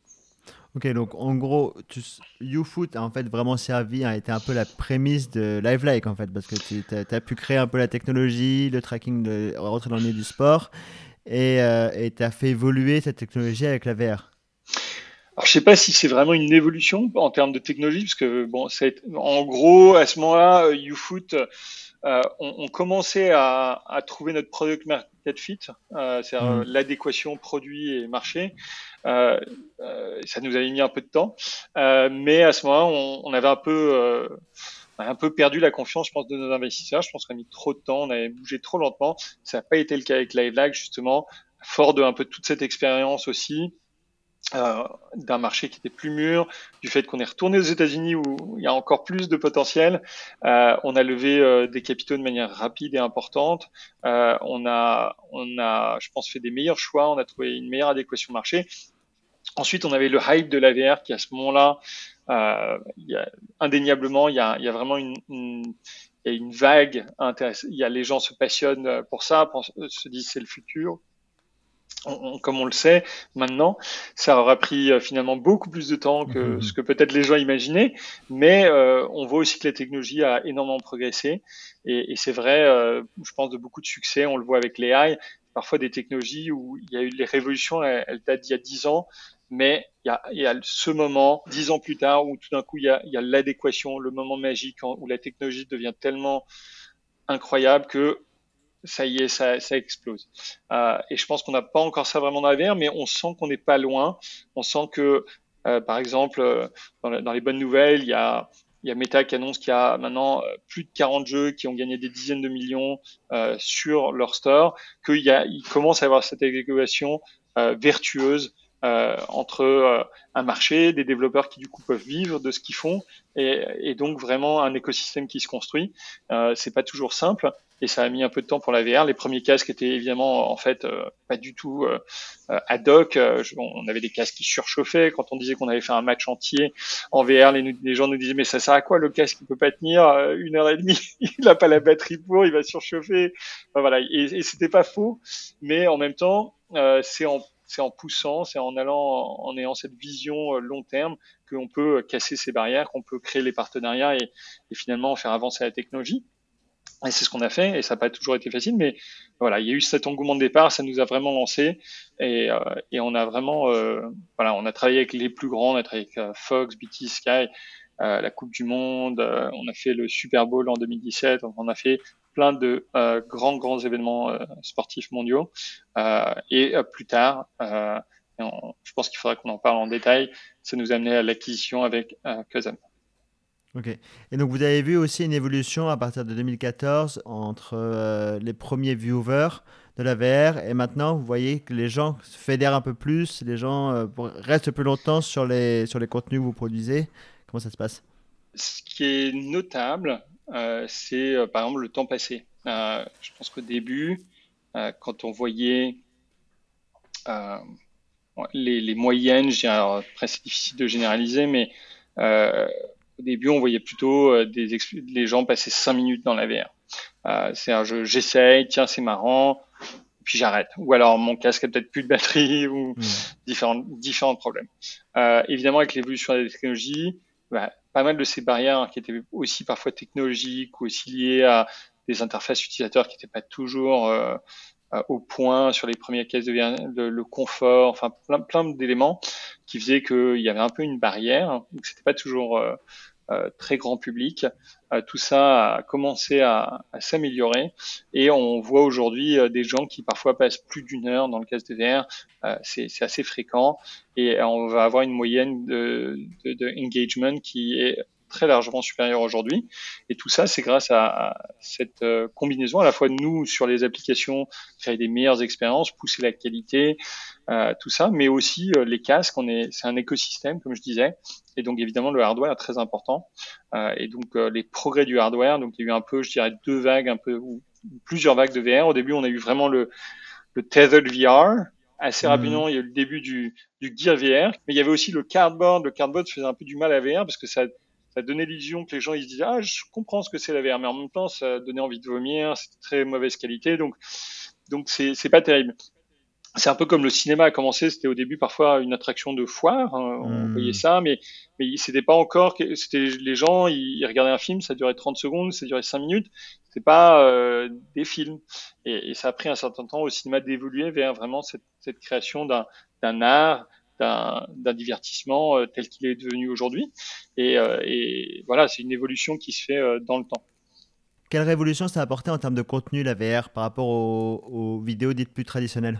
Ok, donc en gros, tu, YouFoot a en fait vraiment servi, a été un peu la prémisse de LiveLike en fait, parce que tu as pu créer un peu la technologie, le tracking, de, rentrer dans le milieu du sport, et euh, tu as fait évoluer cette technologie avec la V R. Alors, je sais pas si c'est vraiment une évolution en termes de technologie, parce que bon, ça a été, en gros, à ce moment-là, YouFoot, euh, on, on commençait à, à trouver notre product market fit, euh, c'est-à-dire mmh. l'adéquation produit et marché. Euh, euh, ça nous avait mis un peu de temps, euh, mais à ce moment-là, on, on avait un peu, euh, on a un peu perdu la confiance, je pense, de nos investisseurs. Je pense qu'on a mis trop de temps, on avait bougé trop lentement. Ça n'a pas été le cas avec LiveLike, justement, fort de un peu toute cette expérience aussi. Euh, d'un marché qui était plus mûr, du fait qu'on est retourné aux États-Unis où il y a encore plus de potentiel. Euh, on a levé euh, des capitaux de manière rapide et importante. Euh, on a, on a, je pense, fait des meilleurs choix. On a trouvé une meilleure adéquation marché. Ensuite, on avait le hype de la V R qui, à ce moment-là, euh, il y a, indéniablement, il y a, il y a vraiment une, une il y a une vague intéressante. Il y a les gens se passionnent pour ça, pensent, se disent c'est le futur. On, on, comme on le sait maintenant, ça aura pris euh, finalement beaucoup plus de temps que mmh. ce que peut-être les gens imaginaient, mais euh, on voit aussi que la technologie a énormément progressé et, et c'est vrai, euh, je pense, de beaucoup de succès. On le voit avec l'A I, parfois des technologies où il y a eu les révolutions, elles, elles datent d'il y a dix ans, mais il y a, il y a ce moment, dix ans plus tard, où tout d'un coup il y a, il y a l'adéquation, le moment magique où la technologie devient tellement incroyable que ça y est, ça, ça explose. Euh, et je pense qu'on n'a pas encore ça vraiment dans la V R, mais on sent qu'on n'est pas loin. On sent que, euh, par exemple, euh, dans, la, dans les bonnes nouvelles, il y a, il y a Meta qui annonce qu'il y a maintenant euh, plus de quarante jeux qui ont gagné des dizaines de millions euh, sur leur store, qu'il y a, il commence à y avoir cette équation euh, vertueuse euh, entre euh, un marché, des développeurs qui du coup peuvent vivre de ce qu'ils font, et, et donc vraiment un écosystème qui se construit. Euh, c'est pas toujours simple. Et ça a mis un peu de temps pour la V R. Les premiers casques étaient évidemment en fait euh, pas du tout euh, ad hoc. Euh, on avait des casques qui surchauffaient. Quand on disait qu'on avait fait un match entier en V R, les, les gens nous disaient mais ça sert à quoi le casque? Il peut pas tenir euh, une heure et demie. Il n'a pas la batterie pour. Il va surchauffer. Enfin, voilà. Et, et c'était pas faux. Mais en même temps, euh, c'est en c'est en poussant, c'est en allant, en ayant cette vision long terme qu'on peut casser ces barrières, qu'on peut créer les partenariats et, et finalement faire avancer la technologie. Et c'est ce qu'on a fait, et ça n'a pas toujours été facile, mais voilà, il y a eu cet engouement de départ, ça nous a vraiment lancé, et, euh, et on a vraiment, euh, voilà, on a travaillé avec les plus grands, on a travaillé avec euh, Fox, B T, Sky, euh, la Coupe du Monde, euh, on a fait le Super Bowl en deux mille dix-sept, on a fait plein de euh, grands, grands événements euh, sportifs mondiaux, euh, et euh, plus tard, euh, et on, je pense qu'il faudra qu'on en parle en détail, ça nous a amené à l'acquisition avec euh, Cosm. Ok. Et donc, vous avez vu aussi une évolution à partir de deux mille quatorze entre euh, les premiers viewers de la V R et maintenant, vous voyez que les gens se fédèrent un peu plus, les gens euh, restent plus longtemps sur les, sur les contenus que vous produisez. Comment ça se passe? Ce qui est notable, euh, c'est euh, par exemple le temps passé. Euh, je pense qu'au début, euh, quand on voyait euh, les, les moyennes, je dirais, alors, après c'est difficile de généraliser, mais euh, au début, on voyait plutôt euh, des exp- les gens passer cinq minutes dans la V R. Euh, c'est un jeu, j'essaye, tiens, c'est marrant, puis j'arrête. Ou alors mon casque a peut-être plus de batterie ou mmh. différents, différents problèmes. Euh, évidemment, avec l'évolution des technologies, bah, pas mal de ces barrières qui étaient aussi parfois technologiques ou aussi liées à des interfaces utilisateurs qui n'étaient pas toujours euh, au point sur les premiers cases de V R, le, le confort, enfin plein, plein d'éléments qui faisait qu'il y avait un peu une barrière, donc c'était pas toujours euh, euh, très grand public. Euh, tout ça a commencé à, à s'améliorer et on voit aujourd'hui euh, des gens qui parfois passent plus d'une heure dans le casque de V R. Euh, c'est, c'est assez fréquent et on va avoir une moyenne de, de, de engagement qui est très largement supérieure aujourd'hui. Et tout ça, c'est grâce à, à cette euh, combinaison, à la fois de nous sur les applications, créer des meilleures expériences, pousser la qualité, euh, tout ça, mais aussi euh, les casques. On est, c'est un écosystème, comme je disais. Et donc évidemment le hardware est très important. Euh, et donc euh, les progrès du hardware. Donc il y a eu un peu, je dirais, deux vagues, un peu ou plusieurs vagues de V R. Au début, on a eu vraiment le, le tethered V R. Assez rapidement, mmh. il y a eu le début du, du Gear V R, mais il y avait aussi le cardboard. Le cardboard faisait un peu du mal à V R parce que ça, ça donnait l'illusion que les gens ils se disaient ah je comprends ce que c'est la V R, mais en même temps ça donnait envie de vomir, c'était très mauvaise qualité, donc donc c'est c'est pas terrible. C'est un peu comme le cinéma a commencé, c'était au début parfois une attraction de foire, hein, on mmh. voyait ça, mais mais c'était pas encore, c'était les gens ils, ils regardaient un film, ça durait trente secondes, ça durait cinq minutes, c'était pas euh, des films, et, et ça a pris un certain temps au cinéma d'évoluer vers vraiment cette, cette création d'un d'un art, d'un, d'un divertissement euh, tel qu'il est devenu aujourd'hui, et, euh, et voilà, c'est une évolution qui se fait euh, dans le temps. Quelle révolution ça a apporté en termes de contenu la V R par rapport aux, aux vidéos dites plus traditionnelles?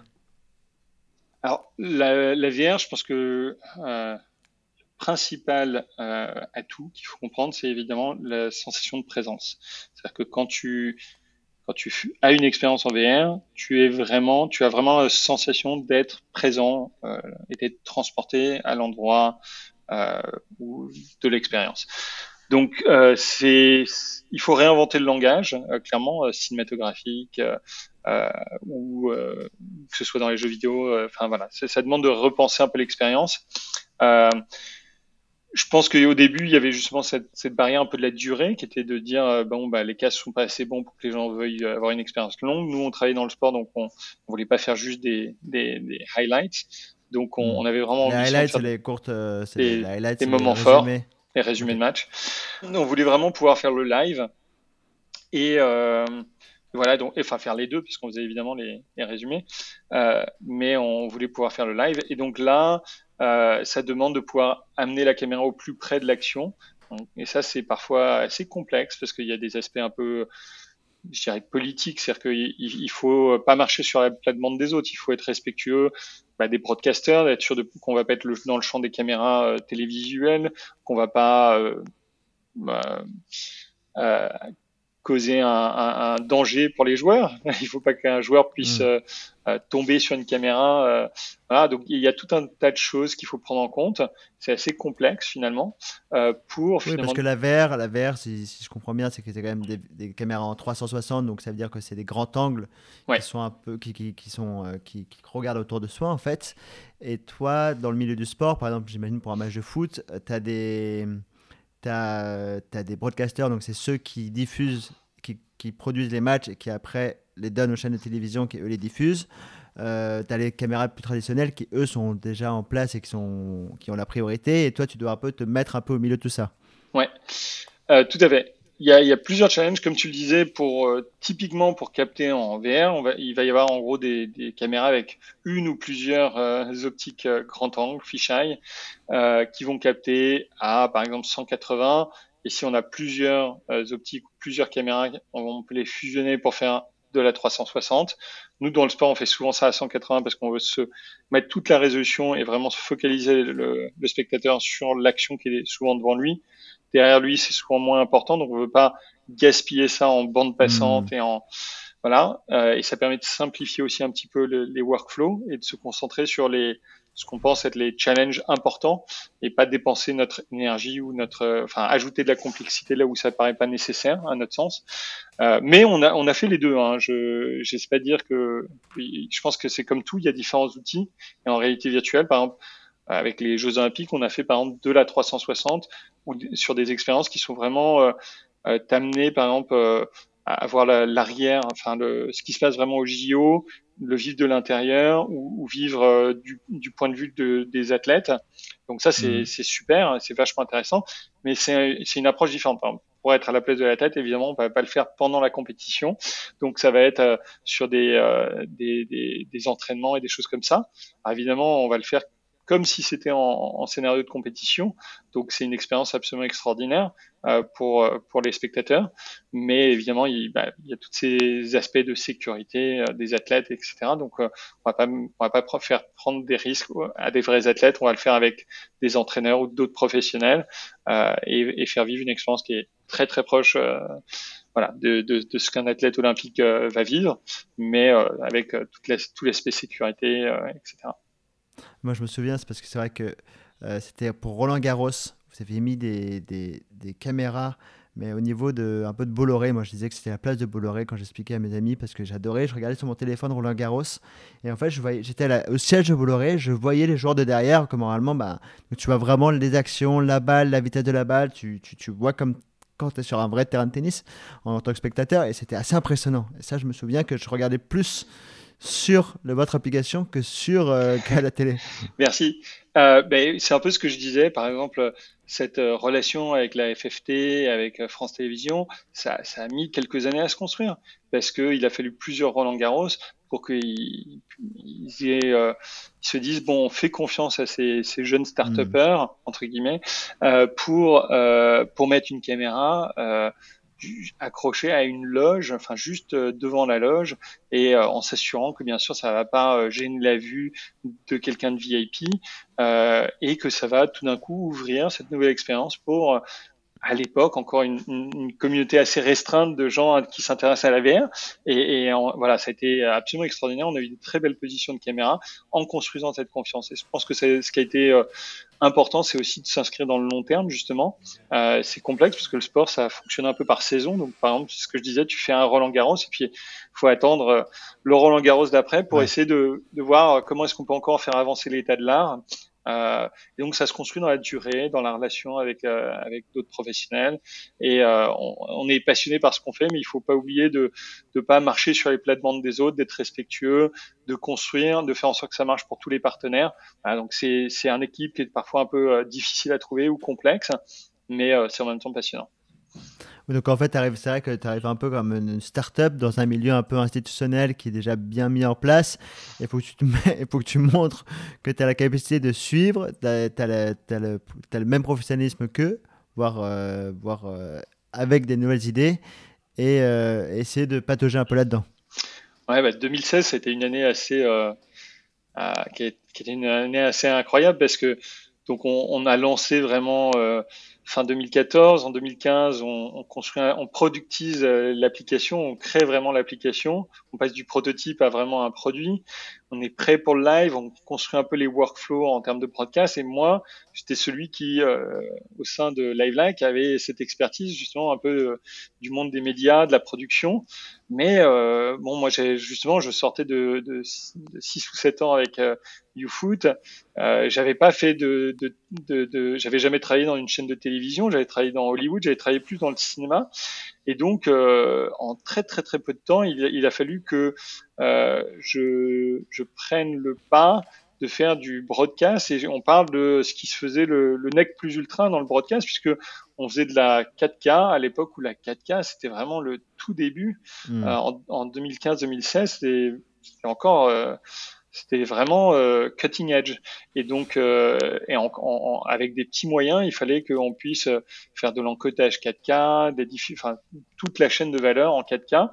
Alors, la, la V R, je pense que euh, le principal euh, atout qu'il faut comprendre, c'est évidemment la sensation de présence. C'est-à-dire que quand tu, quand tu as une expérience en V R, tu es vraiment, tu as vraiment la sensation d'être présent euh, et d'être transporté à l'endroit euh, où, de l'expérience. Donc, euh, c'est, il faut réinventer le langage, euh, clairement, euh, cinématographique, euh, euh, ou euh, que ce soit dans les jeux vidéo. Enfin euh, voilà, ça, ça demande de repenser un peu l'expérience. Euh, je pense qu'au début, il y avait justement cette, cette barrière un peu de la durée, qui était de dire euh, bon bah les casques sont pas assez bons pour que les gens veuillent avoir une expérience longue. Nous, on travaillait dans le sport, donc on, on voulait pas faire juste des, des, des highlights. Donc on, on avait vraiment les envie highlights, de faire c'est les courtes, euh, c'est des, les highlights, des c'est moments les forts, les okay. résumés de match. On voulait vraiment pouvoir faire le live et euh, voilà, donc enfin faire les deux puisqu'on faisait évidemment les, les résumés, euh, mais on voulait pouvoir faire le live et donc là, euh, ça demande de pouvoir amener la caméra au plus près de l'action. Et ça, c'est parfois assez complexe parce qu'il y a des aspects un peu, je dirais, politiques, c'est-à-dire qu'il il faut pas marcher sur la plate-bande des autres, il faut être respectueux bah, des broadcasters, d'être sûr de, qu'on va pas être le, dans le champ des caméras euh, télévisuelles, qu'on va pas euh, bah, euh, causer un, un, un danger pour les joueurs. Il faut pas qu'un joueur puisse mmh. euh, euh, tomber sur une caméra. Euh, voilà, donc il y a tout un tas de choses qu'il faut prendre en compte. C'est assez complexe finalement euh, pour. Oui, finalement... parce que la V R, la V R, si, si je comprends bien, c'est que c'est quand même des, des caméras en trois cent soixante, donc ça veut dire que c'est des grands angles ouais. qui sont un peu, qui, qui, qui sont, euh, qui, qui regardent autour de soi en fait. Et toi, dans le milieu du sport, par exemple, j'imagine pour un match de foot, tu as des Tu as, t'as des broadcasters, donc c'est ceux qui diffusent, qui, qui produisent les matchs et qui après les donnent aux chaînes de télévision qui eux les diffusent. Euh, tu as les caméras plus traditionnelles qui eux sont déjà en place et qui, sont, qui ont la priorité. Et toi, tu dois un peu te mettre un peu au milieu de tout ça. Ouais, euh, tout à fait. Il y, a, il y a plusieurs challenges, comme tu le disais, pour euh, typiquement pour capter en V R, on va, il va y avoir en gros des, des caméras avec une ou plusieurs euh, optiques euh, grand angle, fisheye, euh, qui vont capter à par exemple cent quatre-vingts. Et si on a plusieurs euh, optiques, plusieurs caméras, on peut les fusionner pour faire de la trois cent soixante. Nous, dans le sport, on fait souvent ça à cent quatre-vingts parce qu'on veut se mettre toute la résolution et vraiment se focaliser le, le spectateur sur l'action qui est souvent devant lui. Derrière lui, c'est souvent moins important, donc on veut pas gaspiller ça en bande passante mmh. et en voilà. Euh, et ça permet de simplifier aussi un petit peu le, les workflows et de se concentrer sur les ce qu'on pense être les challenges importants et pas dépenser notre énergie ou notre, enfin ajouter de la complexité là où ça paraît pas nécessaire à notre sens. Euh, mais on a on a fait les deux. Hein. Je j'essaie pas de dire que je pense que c'est comme tout, il y a différents outils et en réalité virtuelle, par exemple. Avec les Jeux Olympiques, on a fait par exemple de la trois cent soixante ou sur des expériences qui sont vraiment euh, euh, amenées, par exemple, euh, à avoir la, l'arrière, enfin le, ce qui se passe vraiment au J O, le vivre de l'intérieur ou, ou vivre euh, du, du point de vue de, des athlètes. Donc ça, c'est, mmh. c'est super, c'est vachement intéressant, mais c'est, c'est une approche différente. Par exemple, pour être à la place de la tête, évidemment, on ne va pas le faire pendant la compétition. Donc, ça va être euh, sur des, euh, des, des, des entraînements et des choses comme ça. Alors, évidemment, on va le faire comme si c'était en, en scénario de compétition. Donc c'est une expérience absolument extraordinaire euh, pour pour les spectateurs. Mais évidemment, il, bah, il y a tous ces aspects de sécurité euh, des athlètes, et cetera. Donc euh, on va pas on va pas faire prendre des risques à des vrais athlètes. On va le faire avec des entraîneurs ou d'autres professionnels euh, et, et faire vivre une expérience qui est très très proche. Euh, voilà, de, de, de ce qu'un athlète olympique euh, va vivre, mais euh, avec euh, toute la, tout l'aspect sécurité, euh, et cetera. Moi, je me souviens, c'est parce que c'est vrai que euh, c'était pour Roland Garros. Vous avez mis des, des, des caméras, mais au niveau de un peu de Bolloré. Moi, je disais que c'était la place de Bolloré quand j'expliquais à mes amis parce que j'adorais. Je regardais sur mon téléphone Roland Garros et en fait, je voyais, j'étais là, au siège de Bolloré. Je voyais les joueurs de derrière, comme normalement, bah, donc tu vois vraiment les actions, la balle, la vitesse de la balle. Tu, tu, tu vois comme quand tu es sur un vrai terrain de tennis en, en tant que spectateur et c'était assez impressionnant. Et ça, je me souviens que je regardais plus sur le, votre application que sur euh, qu'à la télé. Merci. Euh, ben, c'est un peu ce que je disais, par exemple, cette euh, relation avec la F F T, avec euh, France Télévisions, ça, ça a mis quelques années à se construire parce qu'il a fallu plusieurs Roland Garros pour qu'ils ils aient, euh, ils se disent bon, on fait confiance à ces, ces jeunes start-upers mmh. entre guillemets euh, pour euh, pour mettre une caméra euh, accrochée à une loge, enfin juste devant la loge, et euh, en s'assurant que bien sûr ça va pas euh, gêner la vue de quelqu'un de V I P euh, et que ça va tout d'un coup ouvrir cette nouvelle expérience pour à l'époque encore une, une communauté assez restreinte de gens qui s'intéressent à la V R et, et en, voilà, ça a été absolument extraordinaire. On a eu de très belles positions de caméra en construisant cette confiance. Et je pense que c'est ce qui a été euh, important, c'est aussi de s'inscrire dans le long terme justement. Euh, c'est complexe parce que le sport ça fonctionne un peu par saison. Donc par exemple, c'est ce que je disais, tu fais un Roland Garros et puis il faut attendre le Roland Garros d'après pour ouais. essayer de, de voir comment est-ce qu'on peut encore faire avancer l'état de l'art. Euh, et donc ça se construit dans la durée, dans la relation avec euh, avec d'autres professionnels. Et euh, on, on est passionné par ce qu'on fait, mais il faut pas oublier de de pas marcher sur les plates-bandes des autres, d'être respectueux, de construire, de faire en sorte que ça marche pour tous les partenaires. Voilà, donc c'est c'est un équilibre qui est parfois un peu euh, difficile à trouver ou complexe, mais euh, c'est en même temps passionnant. Donc en fait, c'est vrai que tu arrives un peu comme une start-up dans un milieu un peu institutionnel qui est déjà bien mis en place. Il faut que tu, te mets, il faut que tu montres que tu as la capacité de suivre, tu as, as, le, as le même professionnalisme qu'eux, voire, euh, voire euh, avec des nouvelles idées, et euh, essayer de patauger un peu là-dedans. Ouais, bah deux mille seize, c'était une année assez, euh, euh, qui, est, qui était une année assez incroyable parce que donc on, on a lancé vraiment euh, fin deux mille quatorze, en deux mille quinze, on, on construit, un, on productise euh, l'application, on crée vraiment l'application, on passe du prototype à vraiment un produit, on est prêt pour le live, on construit un peu les workflows en termes de broadcast. Et moi, j'étais celui qui, euh, au sein de LiveLike, avait cette expertise justement un peu euh, du monde des médias, de la production. Mais euh, bon, moi, j'ai, justement, je sortais de, de, de six ou sept ans avec euh, YouFoot. Euh, j'avais pas fait de, de, de, de, j'avais jamais travaillé dans une chaîne de télévision. J'avais travaillé dans Hollywood. J'avais travaillé plus dans le cinéma. Et donc, euh, en très très très peu de temps, il, il a fallu que euh, je, je prenne le pas de faire du broadcast. Et on parle de ce qui se faisait le, le nec plus ultra dans le broadcast, puisque on faisait de la quatre K à l'époque où la quatre K c'était vraiment le tout début. Mmh. Euh, en, en deux mille quinze deux mille seize, c'était, c'était encore euh, c'était vraiment euh, cutting edge. Et donc, euh, et en, en, avec des petits moyens, il fallait qu'on puisse faire de l'encodage quatre K, des diffus, enfin toute la chaîne de valeur en quatre K, euh,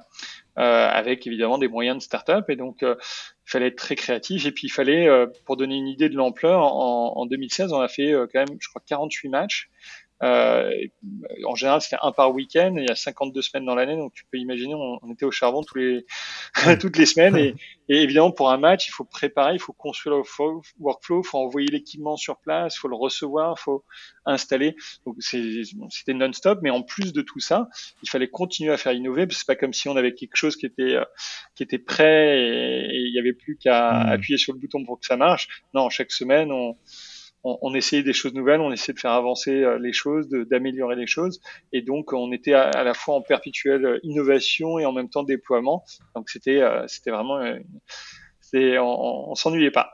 avec évidemment des moyens de start-up. Et donc, euh, il fallait être très créatif. Et puis, il fallait, euh, pour donner une idée de l'ampleur, en, en deux mille seize, on a fait euh, quand même, je crois, quarante-huit matchs. Euh, en général, c'était un par week-end. Il y a cinquante-deux semaines dans l'année, donc tu peux imaginer, on, on était au charbon tous les, toutes les semaines. Et, et évidemment, pour un match, il faut préparer, il faut construire le workflow, il faut envoyer l'équipement sur place, il faut le recevoir, il faut installer. Donc c'est, c'était non-stop. Mais en plus de tout ça, il fallait continuer à faire innover. Parce que c'est pas comme si on avait quelque chose qui était euh, qui était prêt et, et il y avait plus qu'à mmh. appuyer sur le bouton pour que ça marche. Non, chaque semaine, on On, on essayait des choses nouvelles, on essayait de faire avancer les choses, de, d'améliorer les choses. Et donc, on était à, à la fois en perpétuelle innovation et en même temps déploiement. Donc, c'était, euh, c'était vraiment... Euh, c'était, on, on s'ennuyait pas.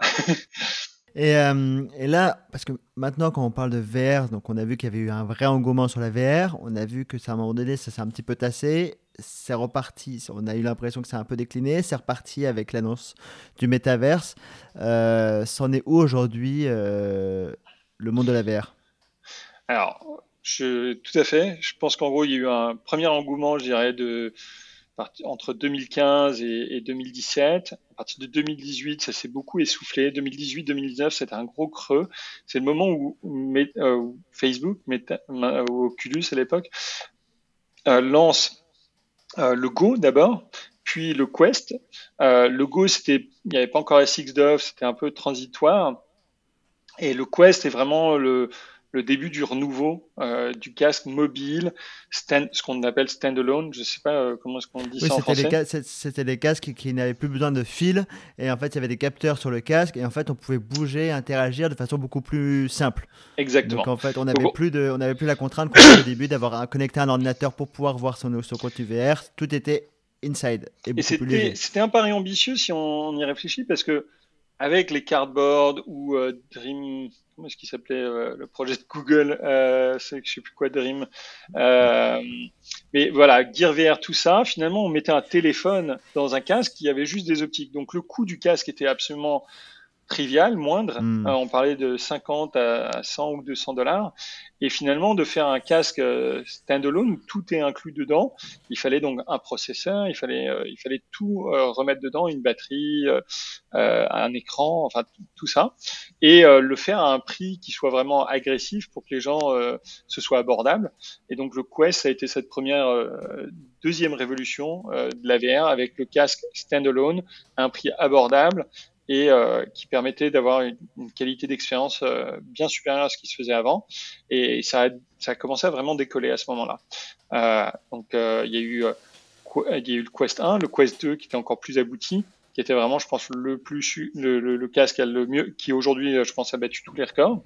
Et, euh, et là, parce que maintenant, quand on parle de V R, donc on a vu qu'il y avait eu un vrai engouement sur la V R. On a vu que ça, à un moment donné, ça s'est un petit peu tassé. c'est reparti. On a eu l'impression que c'est un peu décliné. C'est reparti avec l'annonce du métaverse. Euh, c'en est où aujourd'hui euh, le monde de la V R? Alors, je, tout à fait. Je pense qu'en gros, il y a eu un premier engouement, je dirais, de, entre deux mille quinze et, et deux mille dix-sept. À partir de deux mille dix-huit, ça s'est beaucoup essoufflé. deux mille dix-huit deux mille dix-neuf, c'était un gros creux. C'est le moment où, où, euh, où Facebook, Meta, ou Oculus à l'époque, euh, lance euh, le Go d'abord, puis le Quest. Euh, le Go, c'était, il n'y avait pas encore S X Dove, c'était un peu transitoire. Et le Quest est vraiment le, le début du renouveau euh, du casque mobile, stand, ce qu'on appelle standalone. Je ne sais pas euh, comment est-ce qu'on dit oui, ça en français. Les c'était des casques qui n'avaient plus besoin de fil. Et en fait, il y avait des capteurs sur le casque. Et en fait, on pouvait bouger, interagir de façon beaucoup plus simple. Exactement. Donc en fait, on n'avait Donc, plus, de, on avait plus la contrainte qu'on avait au début d'avoir connecté un ordinateur pour pouvoir voir son, son contenu V R. Tout était inside. Et, et c'était, c'était un pari ambitieux si on y réfléchit parce que avec les cardboards ou euh, Dream, comment est-ce qu'il s'appelait euh, le projet de Google, euh, c'est je sais plus quoi Dream, euh, mais voilà, Gear V R, tout ça. Finalement, on mettait un téléphone dans un casque qui avait juste des optiques. Donc le coût du casque était absolument trivial, moindre. Mm. Euh, on parlait de cinquante à cent ou deux cents dollars. Et finalement, de faire un casque euh, standalone où tout est inclus dedans, il fallait donc un processeur, il fallait, euh, il fallait tout euh, remettre dedans, une batterie, euh, euh, un écran, enfin tout, tout ça, et euh, le faire à un prix qui soit vraiment agressif pour que les gens euh, ce soit abordable. Et donc le Quest, ça a été cette première euh, deuxième révolution euh, de la V R avec le casque standalone à un prix abordable et euh, qui permettait d'avoir une, une qualité d'expérience euh, bien supérieure à ce qui se faisait avant. Et ça a, ça a commencé à vraiment décoller à ce moment-là. Euh, donc, euh, il y a eu, euh, il y a eu le Quest un, le Quest deux qui était encore plus abouti, qui était vraiment, je pense, le plus, le, le, le casque le mieux, qui aujourd'hui, je pense, a battu tous les records.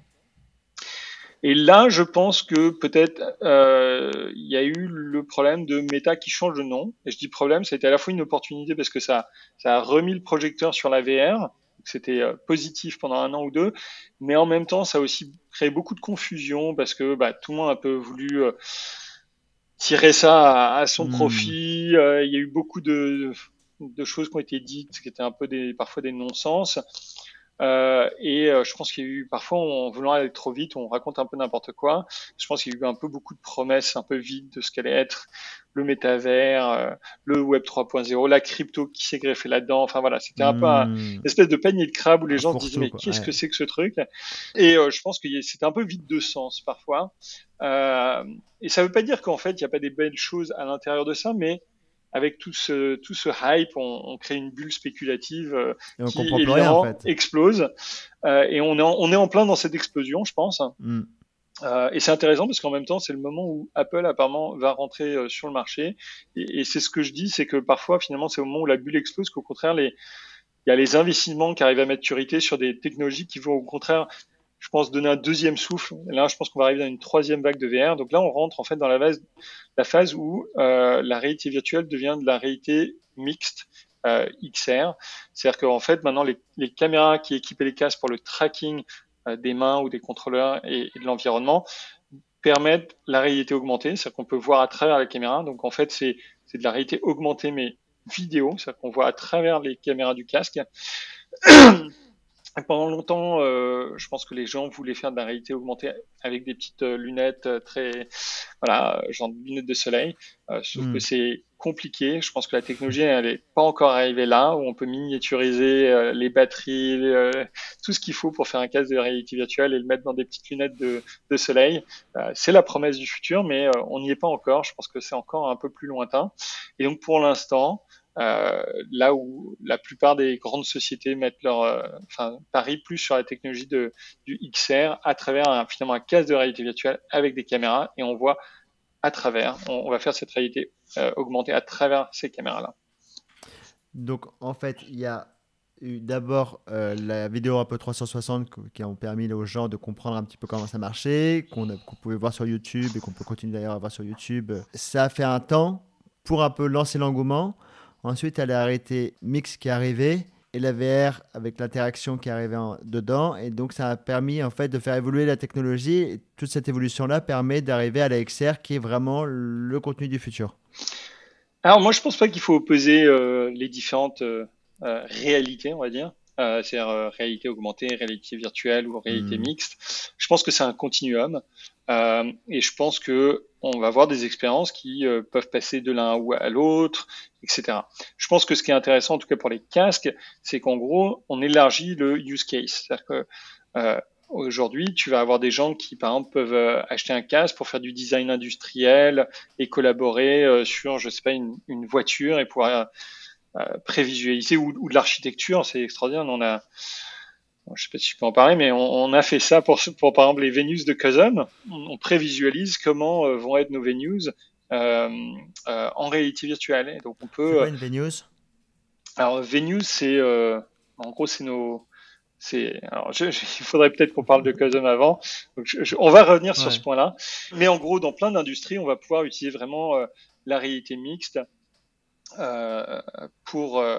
Et là, je pense que peut-être euh, il y a eu le problème de Meta qui change de nom. Et je dis problème, ça a été à la fois une opportunité parce que ça, ça a remis le projecteur sur la V R. C'était euh, positif pendant un an ou deux, mais en même temps, ça a aussi créé beaucoup de confusion parce que bah, tout le monde a un peu voulu euh, tirer ça à, à son mmh. profit. Euh, il y a eu beaucoup de, de choses qui ont été dites qui étaient un peu des, parfois des non-sens. Euh, et euh, je pense qu'il y a eu parfois en voulant aller trop vite, on raconte un peu n'importe quoi. Je pense qu'il y a eu un peu beaucoup de promesses un peu vides de ce qu'allait être le métavers, euh, le web trois point zéro, la crypto qui s'est greffée là-dedans. Enfin voilà, c'était un mmh. peu un, une espèce de panier de crabe où les un gens se disaient mais qu'est-ce ouais. que c'est que ce truc? Et euh, je pense que c'était un peu vide de sens parfois. Euh, et ça veut pas dire qu'en fait il n'y a pas des belles choses à l'intérieur de ça, mais avec tout ce, tout ce hype, on, on crée une bulle spéculative euh, qui évidemment rien, en fait. explose. Euh, et on est, en, on est en plein dans cette explosion, je pense. Mm. Euh, et c'est intéressant parce qu'en même temps, c'est le moment où Apple apparemment va rentrer euh, sur le marché. Et, et c'est ce que je dis, c'est que parfois, finalement, c'est au moment où la bulle explose qu'au contraire, les, il y a les investissements qui arrivent à maturité sur des technologies qui vont au contraire, je pense, donner un deuxième souffle. Et là, je pense qu'on va arriver dans une troisième vague de V R. Donc là, on rentre en fait dans la phase, la phase où euh, la réalité virtuelle devient de la réalité mixte, euh, X R. C'est-à-dire qu'en fait, maintenant, les, les caméras qui équipaient les casques pour le tracking euh, des mains ou des contrôleurs et, et de l'environnement permettent la réalité augmentée. C'est-à-dire qu'on peut voir à travers la caméra. Donc en fait, c'est, c'est de la réalité augmentée, mais vidéo. C'est-à-dire qu'on voit à travers les caméras du casque. Pendant longtemps, euh, je pense que les gens voulaient faire de la réalité augmentée avec des petites euh, lunettes euh, très, voilà, genre lunettes de soleil. Euh, sauf mmh. que c'est compliqué. Je pense que la technologie, elle n'est pas encore arrivée là, où on peut miniaturiser euh, les batteries, euh, tout ce qu'il faut pour faire un casque de réalité virtuelle et le mettre dans des petites lunettes de, de soleil. Euh, c'est la promesse du futur, mais euh, on n'y est pas encore. Je pense que c'est encore un peu plus lointain. Et donc, pour l'instant, Euh, là où la plupart des grandes sociétés mettent leur, euh, enfin, parient plus sur la technologie de, du X R à travers un, finalement un casque de réalité virtuelle avec des caméras et on voit à travers, on, on va faire cette réalité euh, augmentée à travers ces caméras-là. Donc en fait, il y a eu d'abord euh, la vidéo un peu trois cent soixante qui ont permis aux gens de comprendre un petit peu comment ça marchait, qu'on, a, qu'on pouvait voir sur YouTube et qu'on peut continuer d'ailleurs à voir sur YouTube. Ça a fait un temps pour un peu lancer l'engouement. Ensuite, elle a arrêté Mix qui est arrivé et la V R avec l'interaction qui est arrivée en, dedans. Et donc, ça a permis en fait de faire évoluer la technologie. Et toute cette évolution-là permet d'arriver à la X R qui est vraiment le contenu du futur. Alors moi, je pense pas qu'il faut opposer euh, les différentes euh, euh, réalités, on va dire. Euh, c'est-à-dire euh, réalité augmentée, réalité virtuelle ou réalité Hmm. mixte. Je pense que c'est un continuum euh, et je pense que on va avoir des expériences qui euh, peuvent passer de l'un ou à l'autre, et cetera. Je pense que ce qui est intéressant, en tout cas pour les casques, c'est qu'en gros, on élargit le use case. C'est-à-dire que euh, aujourd'hui, tu vas avoir des gens qui, par exemple, peuvent euh, acheter un casque pour faire du design industriel et collaborer euh, sur, je sais pas, une, une voiture et pouvoir euh, prévisualiser ou, ou de l'architecture. C'est extraordinaire. On a, je sais pas si je peux en parler, mais on, on a fait ça pour, pour, par exemple, les venues de Cosum. On, on prévisualise comment euh, vont être nos venues euh, euh, en réalité virtuelle. Et donc, on C'est peut. quoi euh, une venues? Alors, venues, c'est euh, en gros, c'est nos c'est, alors, je, je, il faudrait peut-être qu'on parle de Cosum avant. Donc, je, je, on va revenir sur ce Ouais. point-là. Mais en gros, dans plein d'industries, on va pouvoir utiliser vraiment euh, la réalité mixte euh, pour, euh,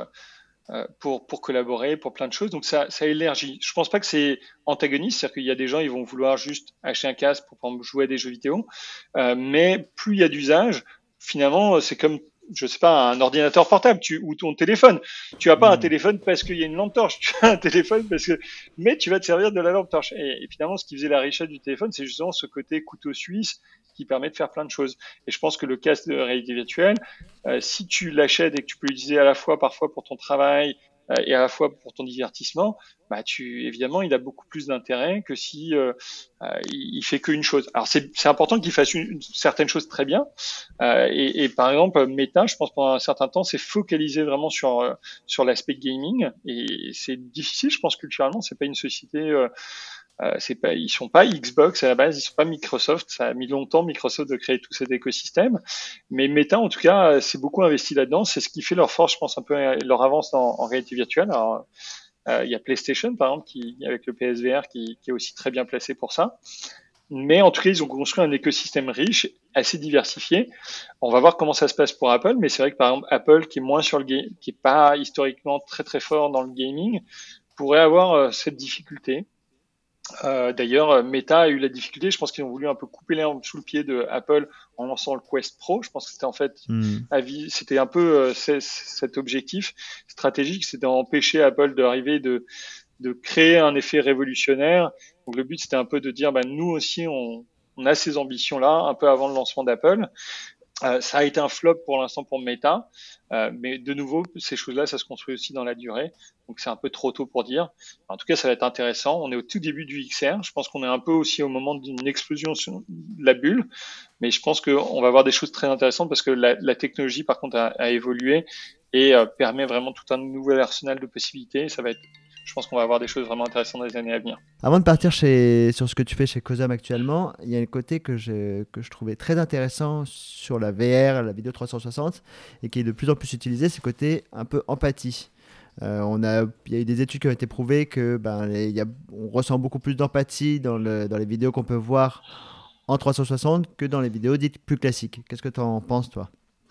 pour, pour collaborer, pour plein de choses. Donc, ça, ça élargit. Je pense pas que c'est antagoniste, c'est-à-dire qu'il y a des gens, ils vont vouloir juste acheter un casque pour, pour jouer à des jeux vidéo. Euh, mais plus il y a d'usage, finalement, c'est comme je sais pas, un ordinateur portable tu, ou ton téléphone. Tu as pas un Hmm. téléphone parce qu'il y a une lampe torche. Tu as un téléphone parce que, mais tu vas te servir de la lampe torche. Et, et finalement, ce qui faisait la richesse du téléphone, c'est justement ce côté couteau suisse qui permet de faire plein de choses. Et je pense que le casque de réalité virtuelle, euh, si tu l'achètes et que tu peux l'utiliser à la fois parfois pour ton travail euh, et à la fois pour ton divertissement, bah tu évidemment il a beaucoup plus d'intérêt que si euh, euh, il, il fait qu'une chose. Alors c'est c'est important qu'il fasse une, une certaine chose très bien. Euh, et, et par exemple Meta, je pense pendant un certain temps, s'est focalisé vraiment sur euh, sur l'aspect gaming et c'est difficile, je pense culturellement, c'est pas une société euh, euh, c'est pas, ils sont pas Xbox à la base, ils sont pas Microsoft. Ça a mis longtemps Microsoft de créer tout cet écosystème, mais Meta en tout cas s'est beaucoup investi là-dedans. C'est ce qui fait leur force, je pense, un peu leur avance en, en réalité virtuelle. Alors, euh, il y a PlayStation par exemple qui avec le P S V R qui, qui est aussi très bien placé pour ça. Mais en tout cas, ils ont construit un écosystème riche, assez diversifié. On va voir comment ça se passe pour Apple, mais c'est vrai que par exemple Apple, qui est moins sur le game, qui est pas historiquement très très fort dans le gaming, pourrait avoir euh, cette difficulté. Euh, D'ailleurs, Meta a eu la difficulté. Je pense qu'ils ont voulu un peu couper l'herbe sous le pied de Apple en lançant le Quest Pro. Je pense que c'était en fait, Hmm. c'était un peu euh, cet objectif stratégique, c'était d'empêcher Apple d'arriver de de créer un effet révolutionnaire. Donc le but c'était un peu de dire, bah, nous aussi on, on a ces ambitions-là un peu avant le lancement d'Apple. Euh, ça a été un flop pour l'instant pour Meta, euh, mais de nouveau, ces choses-là, ça se construit aussi dans la durée. Donc c'est un peu trop tôt pour dire. En tout cas, ça va être intéressant. On est au tout début du X R. Je pense qu'on est un peu aussi au moment d'une explosion sur la bulle, mais je pense qu'on va avoir des choses très intéressantes parce que la, la technologie, par contre, a, a évolué et euh, permet vraiment tout un nouvel arsenal de possibilités. Ça va être, je pense qu'on va avoir des choses vraiment intéressantes dans les années à venir. Avant de partir chez, sur ce que tu fais chez Cosum actuellement, il y a un côté que je, que je trouvais très intéressant sur la V R, la vidéo trois cent soixante, et qui est de plus en plus utilisé, c'est le côté un peu empathie. Euh, on a, il y a eu des études qui ont été prouvées que ben, les- il y a, on ressent beaucoup plus d'empathie dans, le, dans les vidéos qu'on peut voir en trois cent soixante que dans les vidéos dites plus classiques. Qu'est-ce que tu en penses, toi?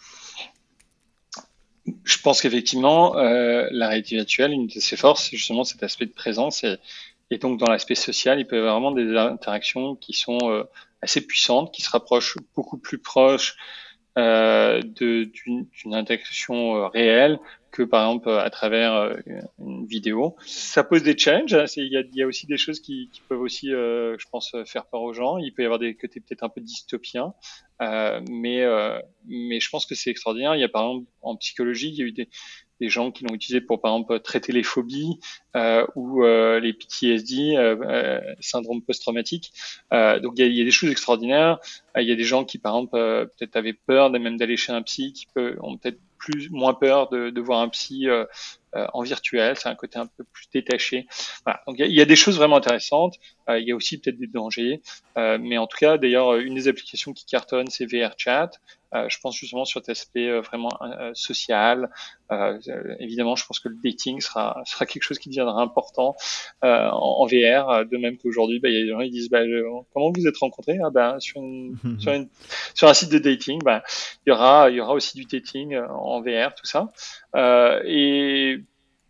Je pense qu'effectivement, euh, la réalité virtuelle, une de ses forces, c'est justement cet aspect de présence. Et, et donc, dans l'aspect social, il peut y avoir vraiment des interactions qui sont euh, assez puissantes, qui se rapprochent beaucoup plus proches euh, de- d'une d'une interaction euh, réelle que par exemple à travers euh, une vidéo. Ça pose des challenges. Hein. C'est- Il y a, il y a aussi des choses qui, qui peuvent aussi, euh, je pense, faire peur aux gens. Il peut y avoir des côtés peut-être un peu dystopiens, euh, mais euh, mais je pense que c'est extraordinaire. Il y a par exemple en psychologie, il y a eu des des gens qui l'ont utilisé pour par exemple traiter les phobies euh, ou euh, les P T S D, euh, euh, syndrome post-traumatique. Euh, donc il y, a, il y a des choses extraordinaires. Euh, Il y a des gens qui, par exemple, euh, peut-être avaient peur de même d'aller chez un psy, qui peut, ont peut-être plus moins peur de, de voir un psy euh, euh, en virtuel. C'est un côté un peu plus détaché. Voilà. Donc il y, a, il y a des choses vraiment intéressantes. Euh, il y a aussi peut-être des dangers. Euh, mais en tout cas, d'ailleurs, une des applications qui cartonne, c'est V R Chat. Euh, je pense justement sur cet aspect euh, vraiment euh, social. Euh, euh, évidemment, je pense que le dating sera, sera quelque chose qui deviendra important euh, en, en V R. De même qu'aujourd'hui, bah, il y a des gens qui disent bah, je, comment vous êtes rencontrés ah, bah, sur, une, sur, une, sur un site de dating. Bah, il y aura, il y aura aussi du dating en V R, tout ça. Euh, et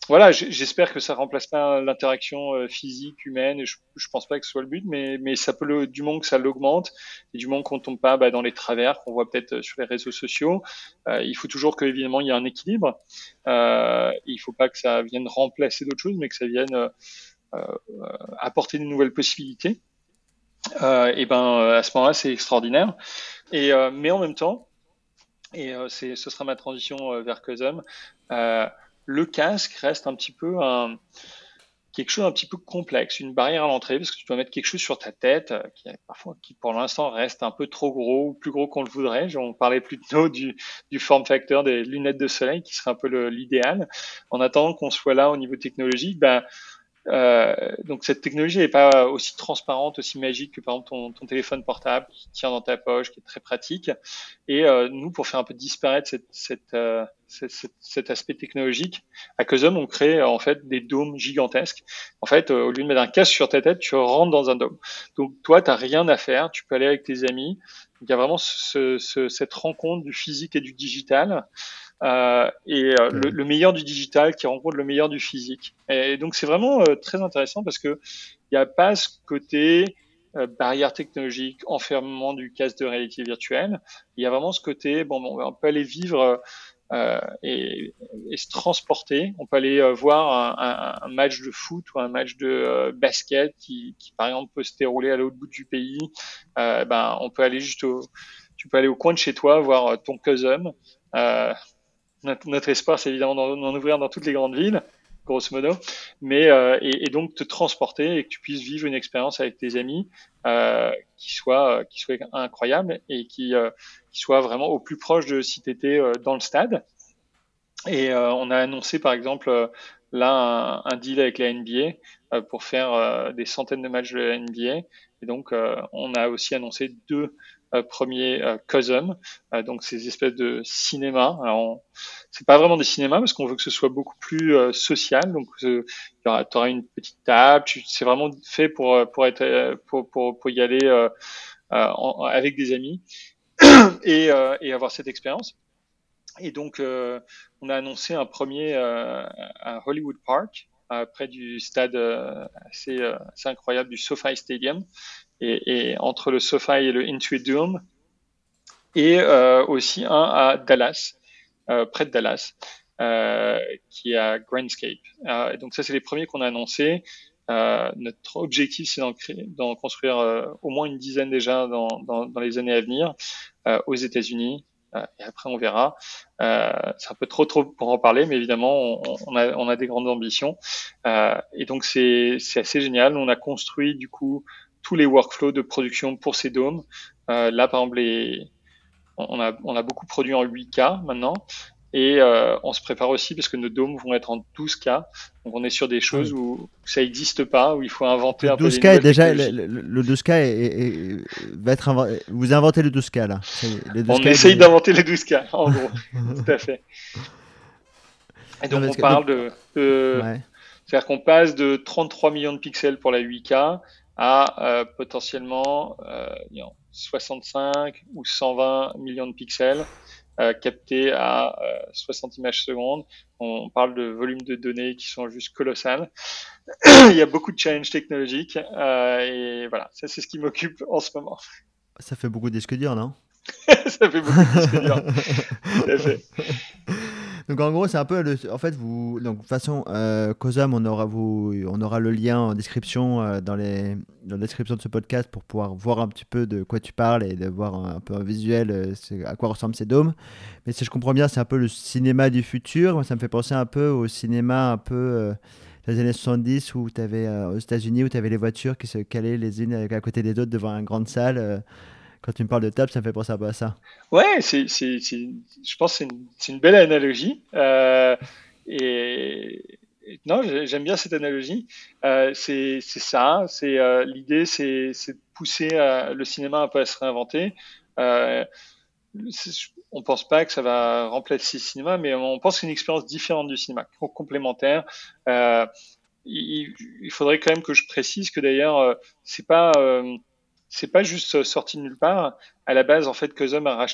voilà, j'espère que ça remplace pas l'interaction euh, physique humaine. Et je, je pense pas que ce soit le but, mais mais ça peut le, du moment que ça l'augmente et du moment qu'on tombe pas bah, dans les travers qu'on voit peut-être sur les réseaux sociaux. Euh, il faut toujours que évidemment il y ait un équilibre. Euh, il faut pas que ça vienne remplacer d'autres choses, mais que ça vienne euh, euh, apporter de nouvelles possibilités. Euh, et ben à ce moment-là, c'est extraordinaire. Et euh, mais en même temps, et euh, c'est ce sera ma transition euh, vers Cosm. Euh, le casque reste un petit peu un quelque chose un petit peu complexe, une barrière à l'entrée, parce que tu dois mettre quelque chose sur ta tête euh, qui, parfois, qui pour l'instant reste un peu trop gros ou plus gros qu'on le voudrait. On parlait plutôt du, du form factor des lunettes de soleil qui serait un peu le, l'idéal. En attendant qu'on soit là au niveau technologique, ben, euh, donc cette technologie n'est pas aussi transparente, aussi magique que par exemple ton, ton téléphone portable qui tient dans ta poche, qui est très pratique. Et euh, nous, pour faire un peu disparaître cette, cette, euh, cette, cette, cet aspect technologique, à Cosm, on crée en fait des dômes gigantesques. En fait, euh, au lieu de mettre un casque sur ta tête, tu rentres dans un dôme. Donc toi, tu n'as rien à faire, tu peux aller avec tes amis. Il y a vraiment ce, ce, cette rencontre du physique et du digital. Euh, et euh, le, le meilleur du digital qui rencontre le meilleur du physique. Et donc c'est vraiment euh, très intéressant parce que il n'y a pas ce côté euh, barrière technologique, enfermement du casque de réalité virtuelle. Il y a vraiment ce côté, bon, bon on peut aller vivre euh, et, et se transporter. On peut aller euh, voir un, un, un match de foot ou un match de euh, basket qui, qui, par exemple, peut se dérouler à l'autre bout du pays. Euh, ben, on peut aller juste au, tu peux aller au coin de chez toi voir ton Cosm. Euh, notre, notre espoir, c'est évidemment d'en, d'en ouvrir dans toutes les grandes villes, grosso modo, mais euh, et, et donc te transporter et que tu puisses vivre une expérience avec tes amis euh, qui soit qui soit incroyable et qui euh, qui soit vraiment au plus proche de si tu étais euh, dans le stade. Et euh, on a annoncé par exemple euh, là un, un deal avec la N B A euh, pour faire euh, des centaines de matchs de la N B A. Et donc euh, on a aussi annoncé deux euh, premiers euh, Cosm, euh, donc ces espèces de cinéma. Alors on, c'est pas vraiment des cinémas parce qu'on veut que ce soit beaucoup plus euh, social. Donc euh, tu auras une petite table. Tu, c'est vraiment fait pour pour être pour pour, pour y aller euh, euh, en, avec des amis et, euh, et avoir cette expérience. Et donc, euh, on a annoncé un premier euh, à Hollywood Park, euh, près du stade euh, assez, euh, assez incroyable du SoFi Stadium, et, et entre le SoFi et le Intuit Dome, et euh, aussi un à Dallas, euh, près de Dallas, euh, qui est à Grandscape. Euh, et donc ça, c'est les premiers qu'on a annoncés. Euh, notre objectif, c'est d'en, créer, d'en construire euh, au moins une dizaine déjà dans, dans, dans les années à venir euh, aux États-Unis. Euh, et après, on verra. Euh, c'est un peu trop trop pour en parler, mais évidemment, on, on, a, on a des grandes ambitions. Euh, et donc, c'est, c'est assez génial. On a construit du coup tous les workflows de production pour ces dômes. Euh, là, par exemple, les, on a, on a beaucoup produit en huit K maintenant. Et euh, on se prépare aussi parce que nos dômes vont être en douze K. Donc on est sur des choses ah oui. où ça n'existe pas, où il faut inventer le un peu des douze K est déjà, le, le, le douze K est, est, est, va être inventé. Vous inventez le douze K là. Les douze K on essaye de... d'inventer les douze K, en gros. Tout à fait. Et donc non, on que... parle donc... de... de... Ouais. C'est-à-dire qu'on passe de trente-trois millions de pixels pour la huit K à euh, potentiellement euh, soixante-cinq ou cent vingt millions de pixels. Euh, capté à euh, soixante images secondes. On parle de volumes de données qui sont juste colossales. Il y a beaucoup de challenges technologiques euh, et voilà, ça c'est ce qui m'occupe en ce moment. Ça fait beaucoup de disques durs, non? Ça fait beaucoup de disques durs. Tout à fait. Donc en gros, c'est un peu le, en fait vous donc de toute façon euh, Cosm, on aura vous on aura le lien en description euh, dans les dans la description de ce podcast pour pouvoir voir un petit peu de quoi tu parles et de voir un, un peu un visuel euh, à quoi ressemblent ces dômes. Mais si je comprends bien, c'est un peu le cinéma du futur. Moi, ça me fait penser un peu au cinéma un peu euh, des années soixante-dix où tu avais euh, aux États-Unis où tu avais les voitures qui se calaient les unes à côté des autres devant une grande salle. Euh, Quand tu me parles de table, ça me fait penser un peu à ça. Ouais, c'est, c'est, c'est, je pense que c'est une, c'est une belle analogie. Euh, et, et non, j'aime bien cette analogie. Euh, c'est, c'est ça. C'est euh, l'idée, c'est, c'est de pousser euh, le cinéma un peu à se réinventer. Euh, on pense pas que ça va remplacer le cinéma, mais on pense que c'est une expérience différente du cinéma, complémentaire. Euh, il, il faudrait quand même que je précise que d'ailleurs, euh, c'est pas euh, c'est pas juste sorti de nulle part. À la base, en fait, Cosm a racheté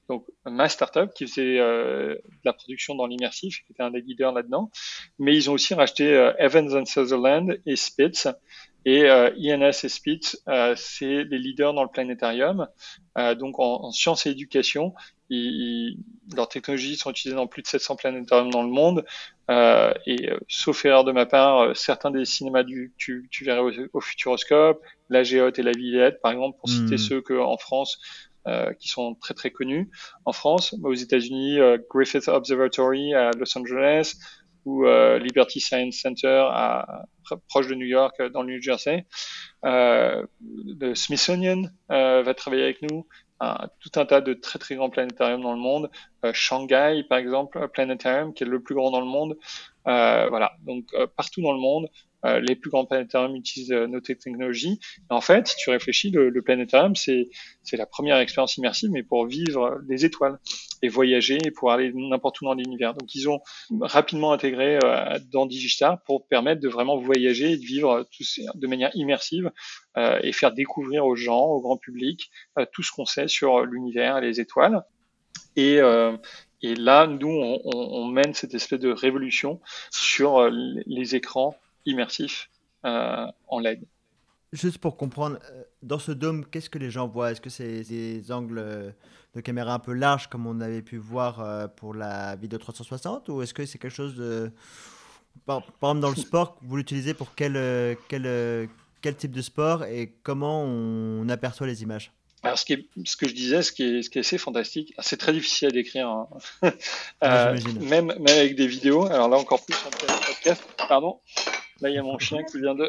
donc ma startup qui faisait euh, de la production dans l'immersif, qui était un des leaders là-dedans. Mais ils ont aussi racheté euh, Evans and Sutherland et Spitz. Et euh, I N S et Spitz, euh, c'est les leaders dans le planétarium. Euh, donc en, en sciences et éducation, ils, ils, leurs technologies sont utilisées dans plus de sept cents planétariums dans le monde. Euh, et euh, sauf erreur de ma part, euh, certains des cinémas du, tu, tu verrais au, au Futuroscope, la Géote et la Villette, par exemple, pour citer Mmh. ceux qu'en France, euh, qui sont très très connus en France. Aux États-Unis, euh, Griffith Observatory à Los Angeles ou euh, Liberty Science Center à, proche de New York, dans le New Jersey. Euh, le Smithsonian euh, va travailler avec nous. Un, tout un tas de très très grands planétariums dans le monde. Euh, Shanghai, par exemple, Planetarium, qui est le plus grand dans le monde. Euh, voilà, donc euh, partout dans le monde, euh, les plus grands planétariums utilisent euh, nos technologies. Et en fait, si tu réfléchis, le, le planétarium, c'est c'est la première expérience immersive, mais pour vivre des étoiles et voyager et pouvoir aller n'importe où dans l'univers. Donc ils ont rapidement intégré euh, dans Digistar pour permettre de vraiment voyager et de vivre tout, de manière immersive euh, et faire découvrir aux gens, au grand public, euh, tout ce qu'on sait sur l'univers et les étoiles. Et, euh, et là, nous, on, on mène cette espèce de révolution sur les écrans immersifs euh, en L E D. Juste pour comprendre, dans ce dôme, qu'est-ce que les gens voient? Est-ce que c'est des angles de caméra un peu larges comme on avait pu voir pour la vidéo trois cent soixante, ou est-ce que c'est quelque chose de... Par, par exemple, dans le sport, vous l'utilisez pour quel, quel, quel type de sport et comment on aperçoit les images? Alors, ce, qui est, ce que je disais, ce qui est, ce qui est assez fantastique, c'est très difficile à décrire, hein. Ouais, euh, même, même avec des vidéos. Alors là, encore plus en podcast. Pardon. Là, il y a mon chien qui vient de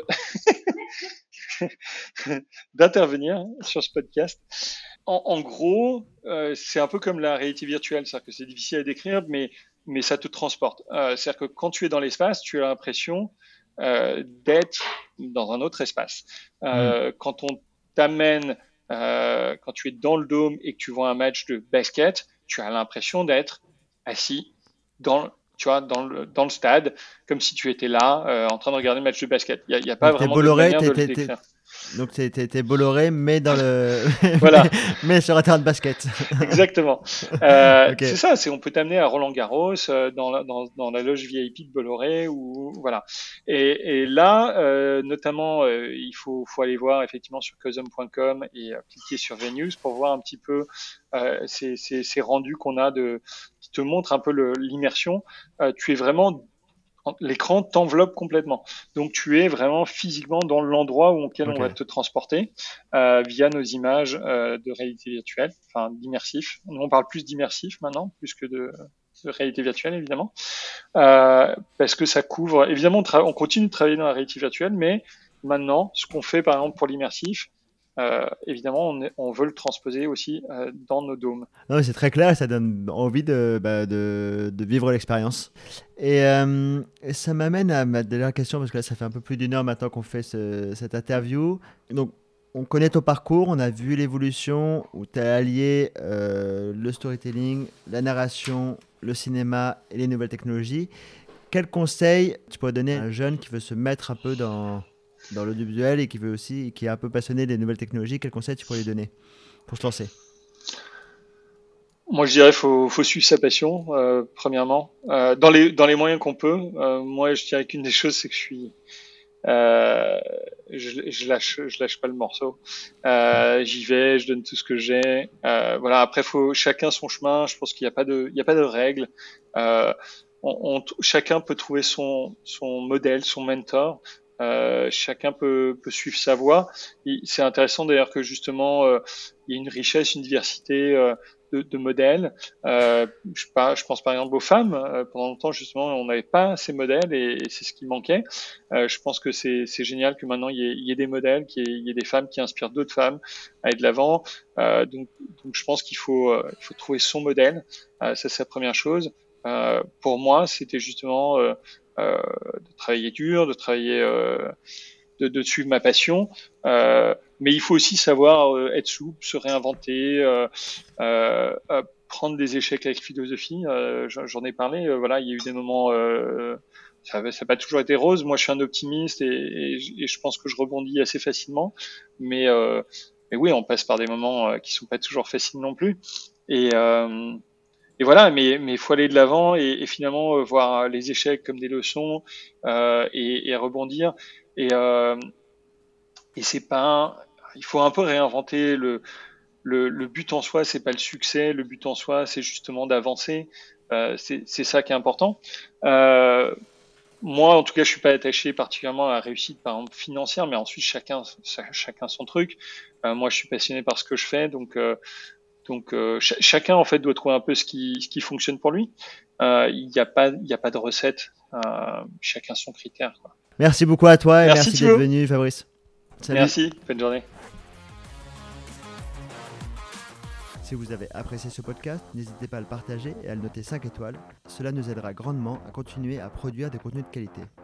d'intervenir sur ce podcast. En, en gros, euh, c'est un peu comme la réalité virtuelle, c'est-à-dire que c'est difficile à décrire, mais mais ça te transporte. Euh, c'est-à-dire que quand tu es dans l'espace, tu as l'impression euh, d'être dans un autre espace. Euh, mm. Quand on t'amène Euh, quand tu es dans le dôme et que tu vois un match de basket, tu as l'impression d'être assis dans, tu vois, dans le, dans le stade, comme si tu étais là, euh, en train de regarder le match de basket. Il n'y a, y a pas Donc, vraiment Bolloré, de manière de le décrire. Donc t'es, t'es, t'es Bolloré, mais dans le, voilà. mais, mais sur un terrain de basket. Exactement. Euh, okay. C'est ça. C'est on peut t'amener à Roland Garros euh, dans, la, dans, dans la loge V I P de Bolloré ou voilà. Et, et là, euh, notamment, euh, il faut, faut aller voir effectivement sur cosm point com et euh, cliquer sur Venues pour voir un petit peu euh, ces, ces, ces rendus qu'on a de qui te montrent un peu le, l'immersion. Euh, tu es vraiment l'écran t'enveloppe complètement. Donc tu es vraiment physiquement dans l'endroit auquel okay. on va te transporter euh, via nos images euh, de réalité virtuelle, enfin d'immersif. Nous on parle plus d'immersif maintenant, plus que de, de réalité virtuelle évidemment, euh, parce que ça couvre. Évidemment, on, tra- on continue de travailler dans la réalité virtuelle, mais maintenant, ce qu'on fait par exemple pour l'immersif, Euh, évidemment, on, est, on veut le transposer aussi euh, dans nos dômes. Non, c'est très clair et ça donne envie de, bah, de, de vivre l'expérience. Et, euh, et ça m'amène à ma dernière question, parce que là, ça fait un peu plus d'une heure maintenant qu'on fait ce, cette interview. Donc, on connaît ton parcours, on a vu l'évolution où tu as allié euh, le storytelling, la narration, le cinéma et les nouvelles technologies. Quel conseil tu pourrais donner à un jeune qui veut se mettre un peu dans... dans l'audiovisuel et qui veut aussi, qui est un peu passionné des nouvelles technologies? Quel conseil tu pourrais lui donner pour se lancer? Moi, je dirais qu'il faut, faut suivre sa passion, euh, premièrement, euh, dans les dans les moyens qu'on peut. Euh, moi, je dirais qu'une des choses, c'est que je suis, euh, je, je lâche, je lâche pas le morceau. Euh, j'y vais, je donne tout ce que j'ai. Euh, voilà. Après, faut chacun son chemin. Je pense qu'il n'y a pas de, il y a pas de règles. Euh, on, on, chacun peut trouver son son modèle, son mentor. Euh, chacun peut, peut suivre sa voie. Et c'est intéressant d'ailleurs que justement euh, il y a une richesse, une diversité euh, de, de modèles. Euh, je, pas, je pense par exemple aux femmes. Euh, pendant longtemps justement on n'avait pas ces modèles et, et c'est ce qui manquait. Euh, je pense que c'est, c'est génial que maintenant il y ait, il y ait des modèles, qu'il y ait, il y ait des femmes qui inspirent d'autres femmes à aller de l'avant. Euh, donc, donc je pense qu'il faut, euh, il faut trouver son modèle. Euh, ça c'est la première chose. Euh, pour moi c'était justement euh, Euh, de travailler dur, de travailler, euh, de, de suivre ma passion. Euh, mais il faut aussi savoir euh, être souple, se réinventer, euh, euh, euh, prendre des échecs avec philosophie. Euh, j'en ai parlé. Euh, voilà, il y a eu des moments. Euh, ça n'a pas toujours été rose. Moi, je suis un optimiste et, et, et je pense que je rebondis assez facilement. Mais, euh, mais oui, on passe par des moments euh, qui sont pas toujours faciles non plus. et euh, et voilà, mais mais faut aller de l'avant et, et finalement euh, voir les échecs comme des leçons euh, et, et rebondir. Et euh, et c'est pas, il faut un peu réinventer le le, le but en soi, c'est pas le succès. Le but en soi, c'est justement d'avancer. Euh, c'est c'est ça qui est important. Euh, Moi, en tout cas, je suis pas attaché particulièrement à la réussite, par exemple, financière, mais ensuite chacun, chacun son truc. Euh, moi, je suis passionné par ce que je fais, donc, euh, donc euh, ch- chacun en fait doit trouver un peu ce qui, ce qui fonctionne pour lui. Euh, Il n'y a pas, il y a pas de recette. Euh, chacun son critère, quoi. Merci beaucoup à toi et Merci merci d'être Thibaut. venu, Fabrice. Salut. Merci. Bonne journée. Si vous avez apprécié ce podcast, n'hésitez pas à le partager et à le noter cinq étoiles. Cela nous aidera grandement à continuer à produire des contenus de qualité.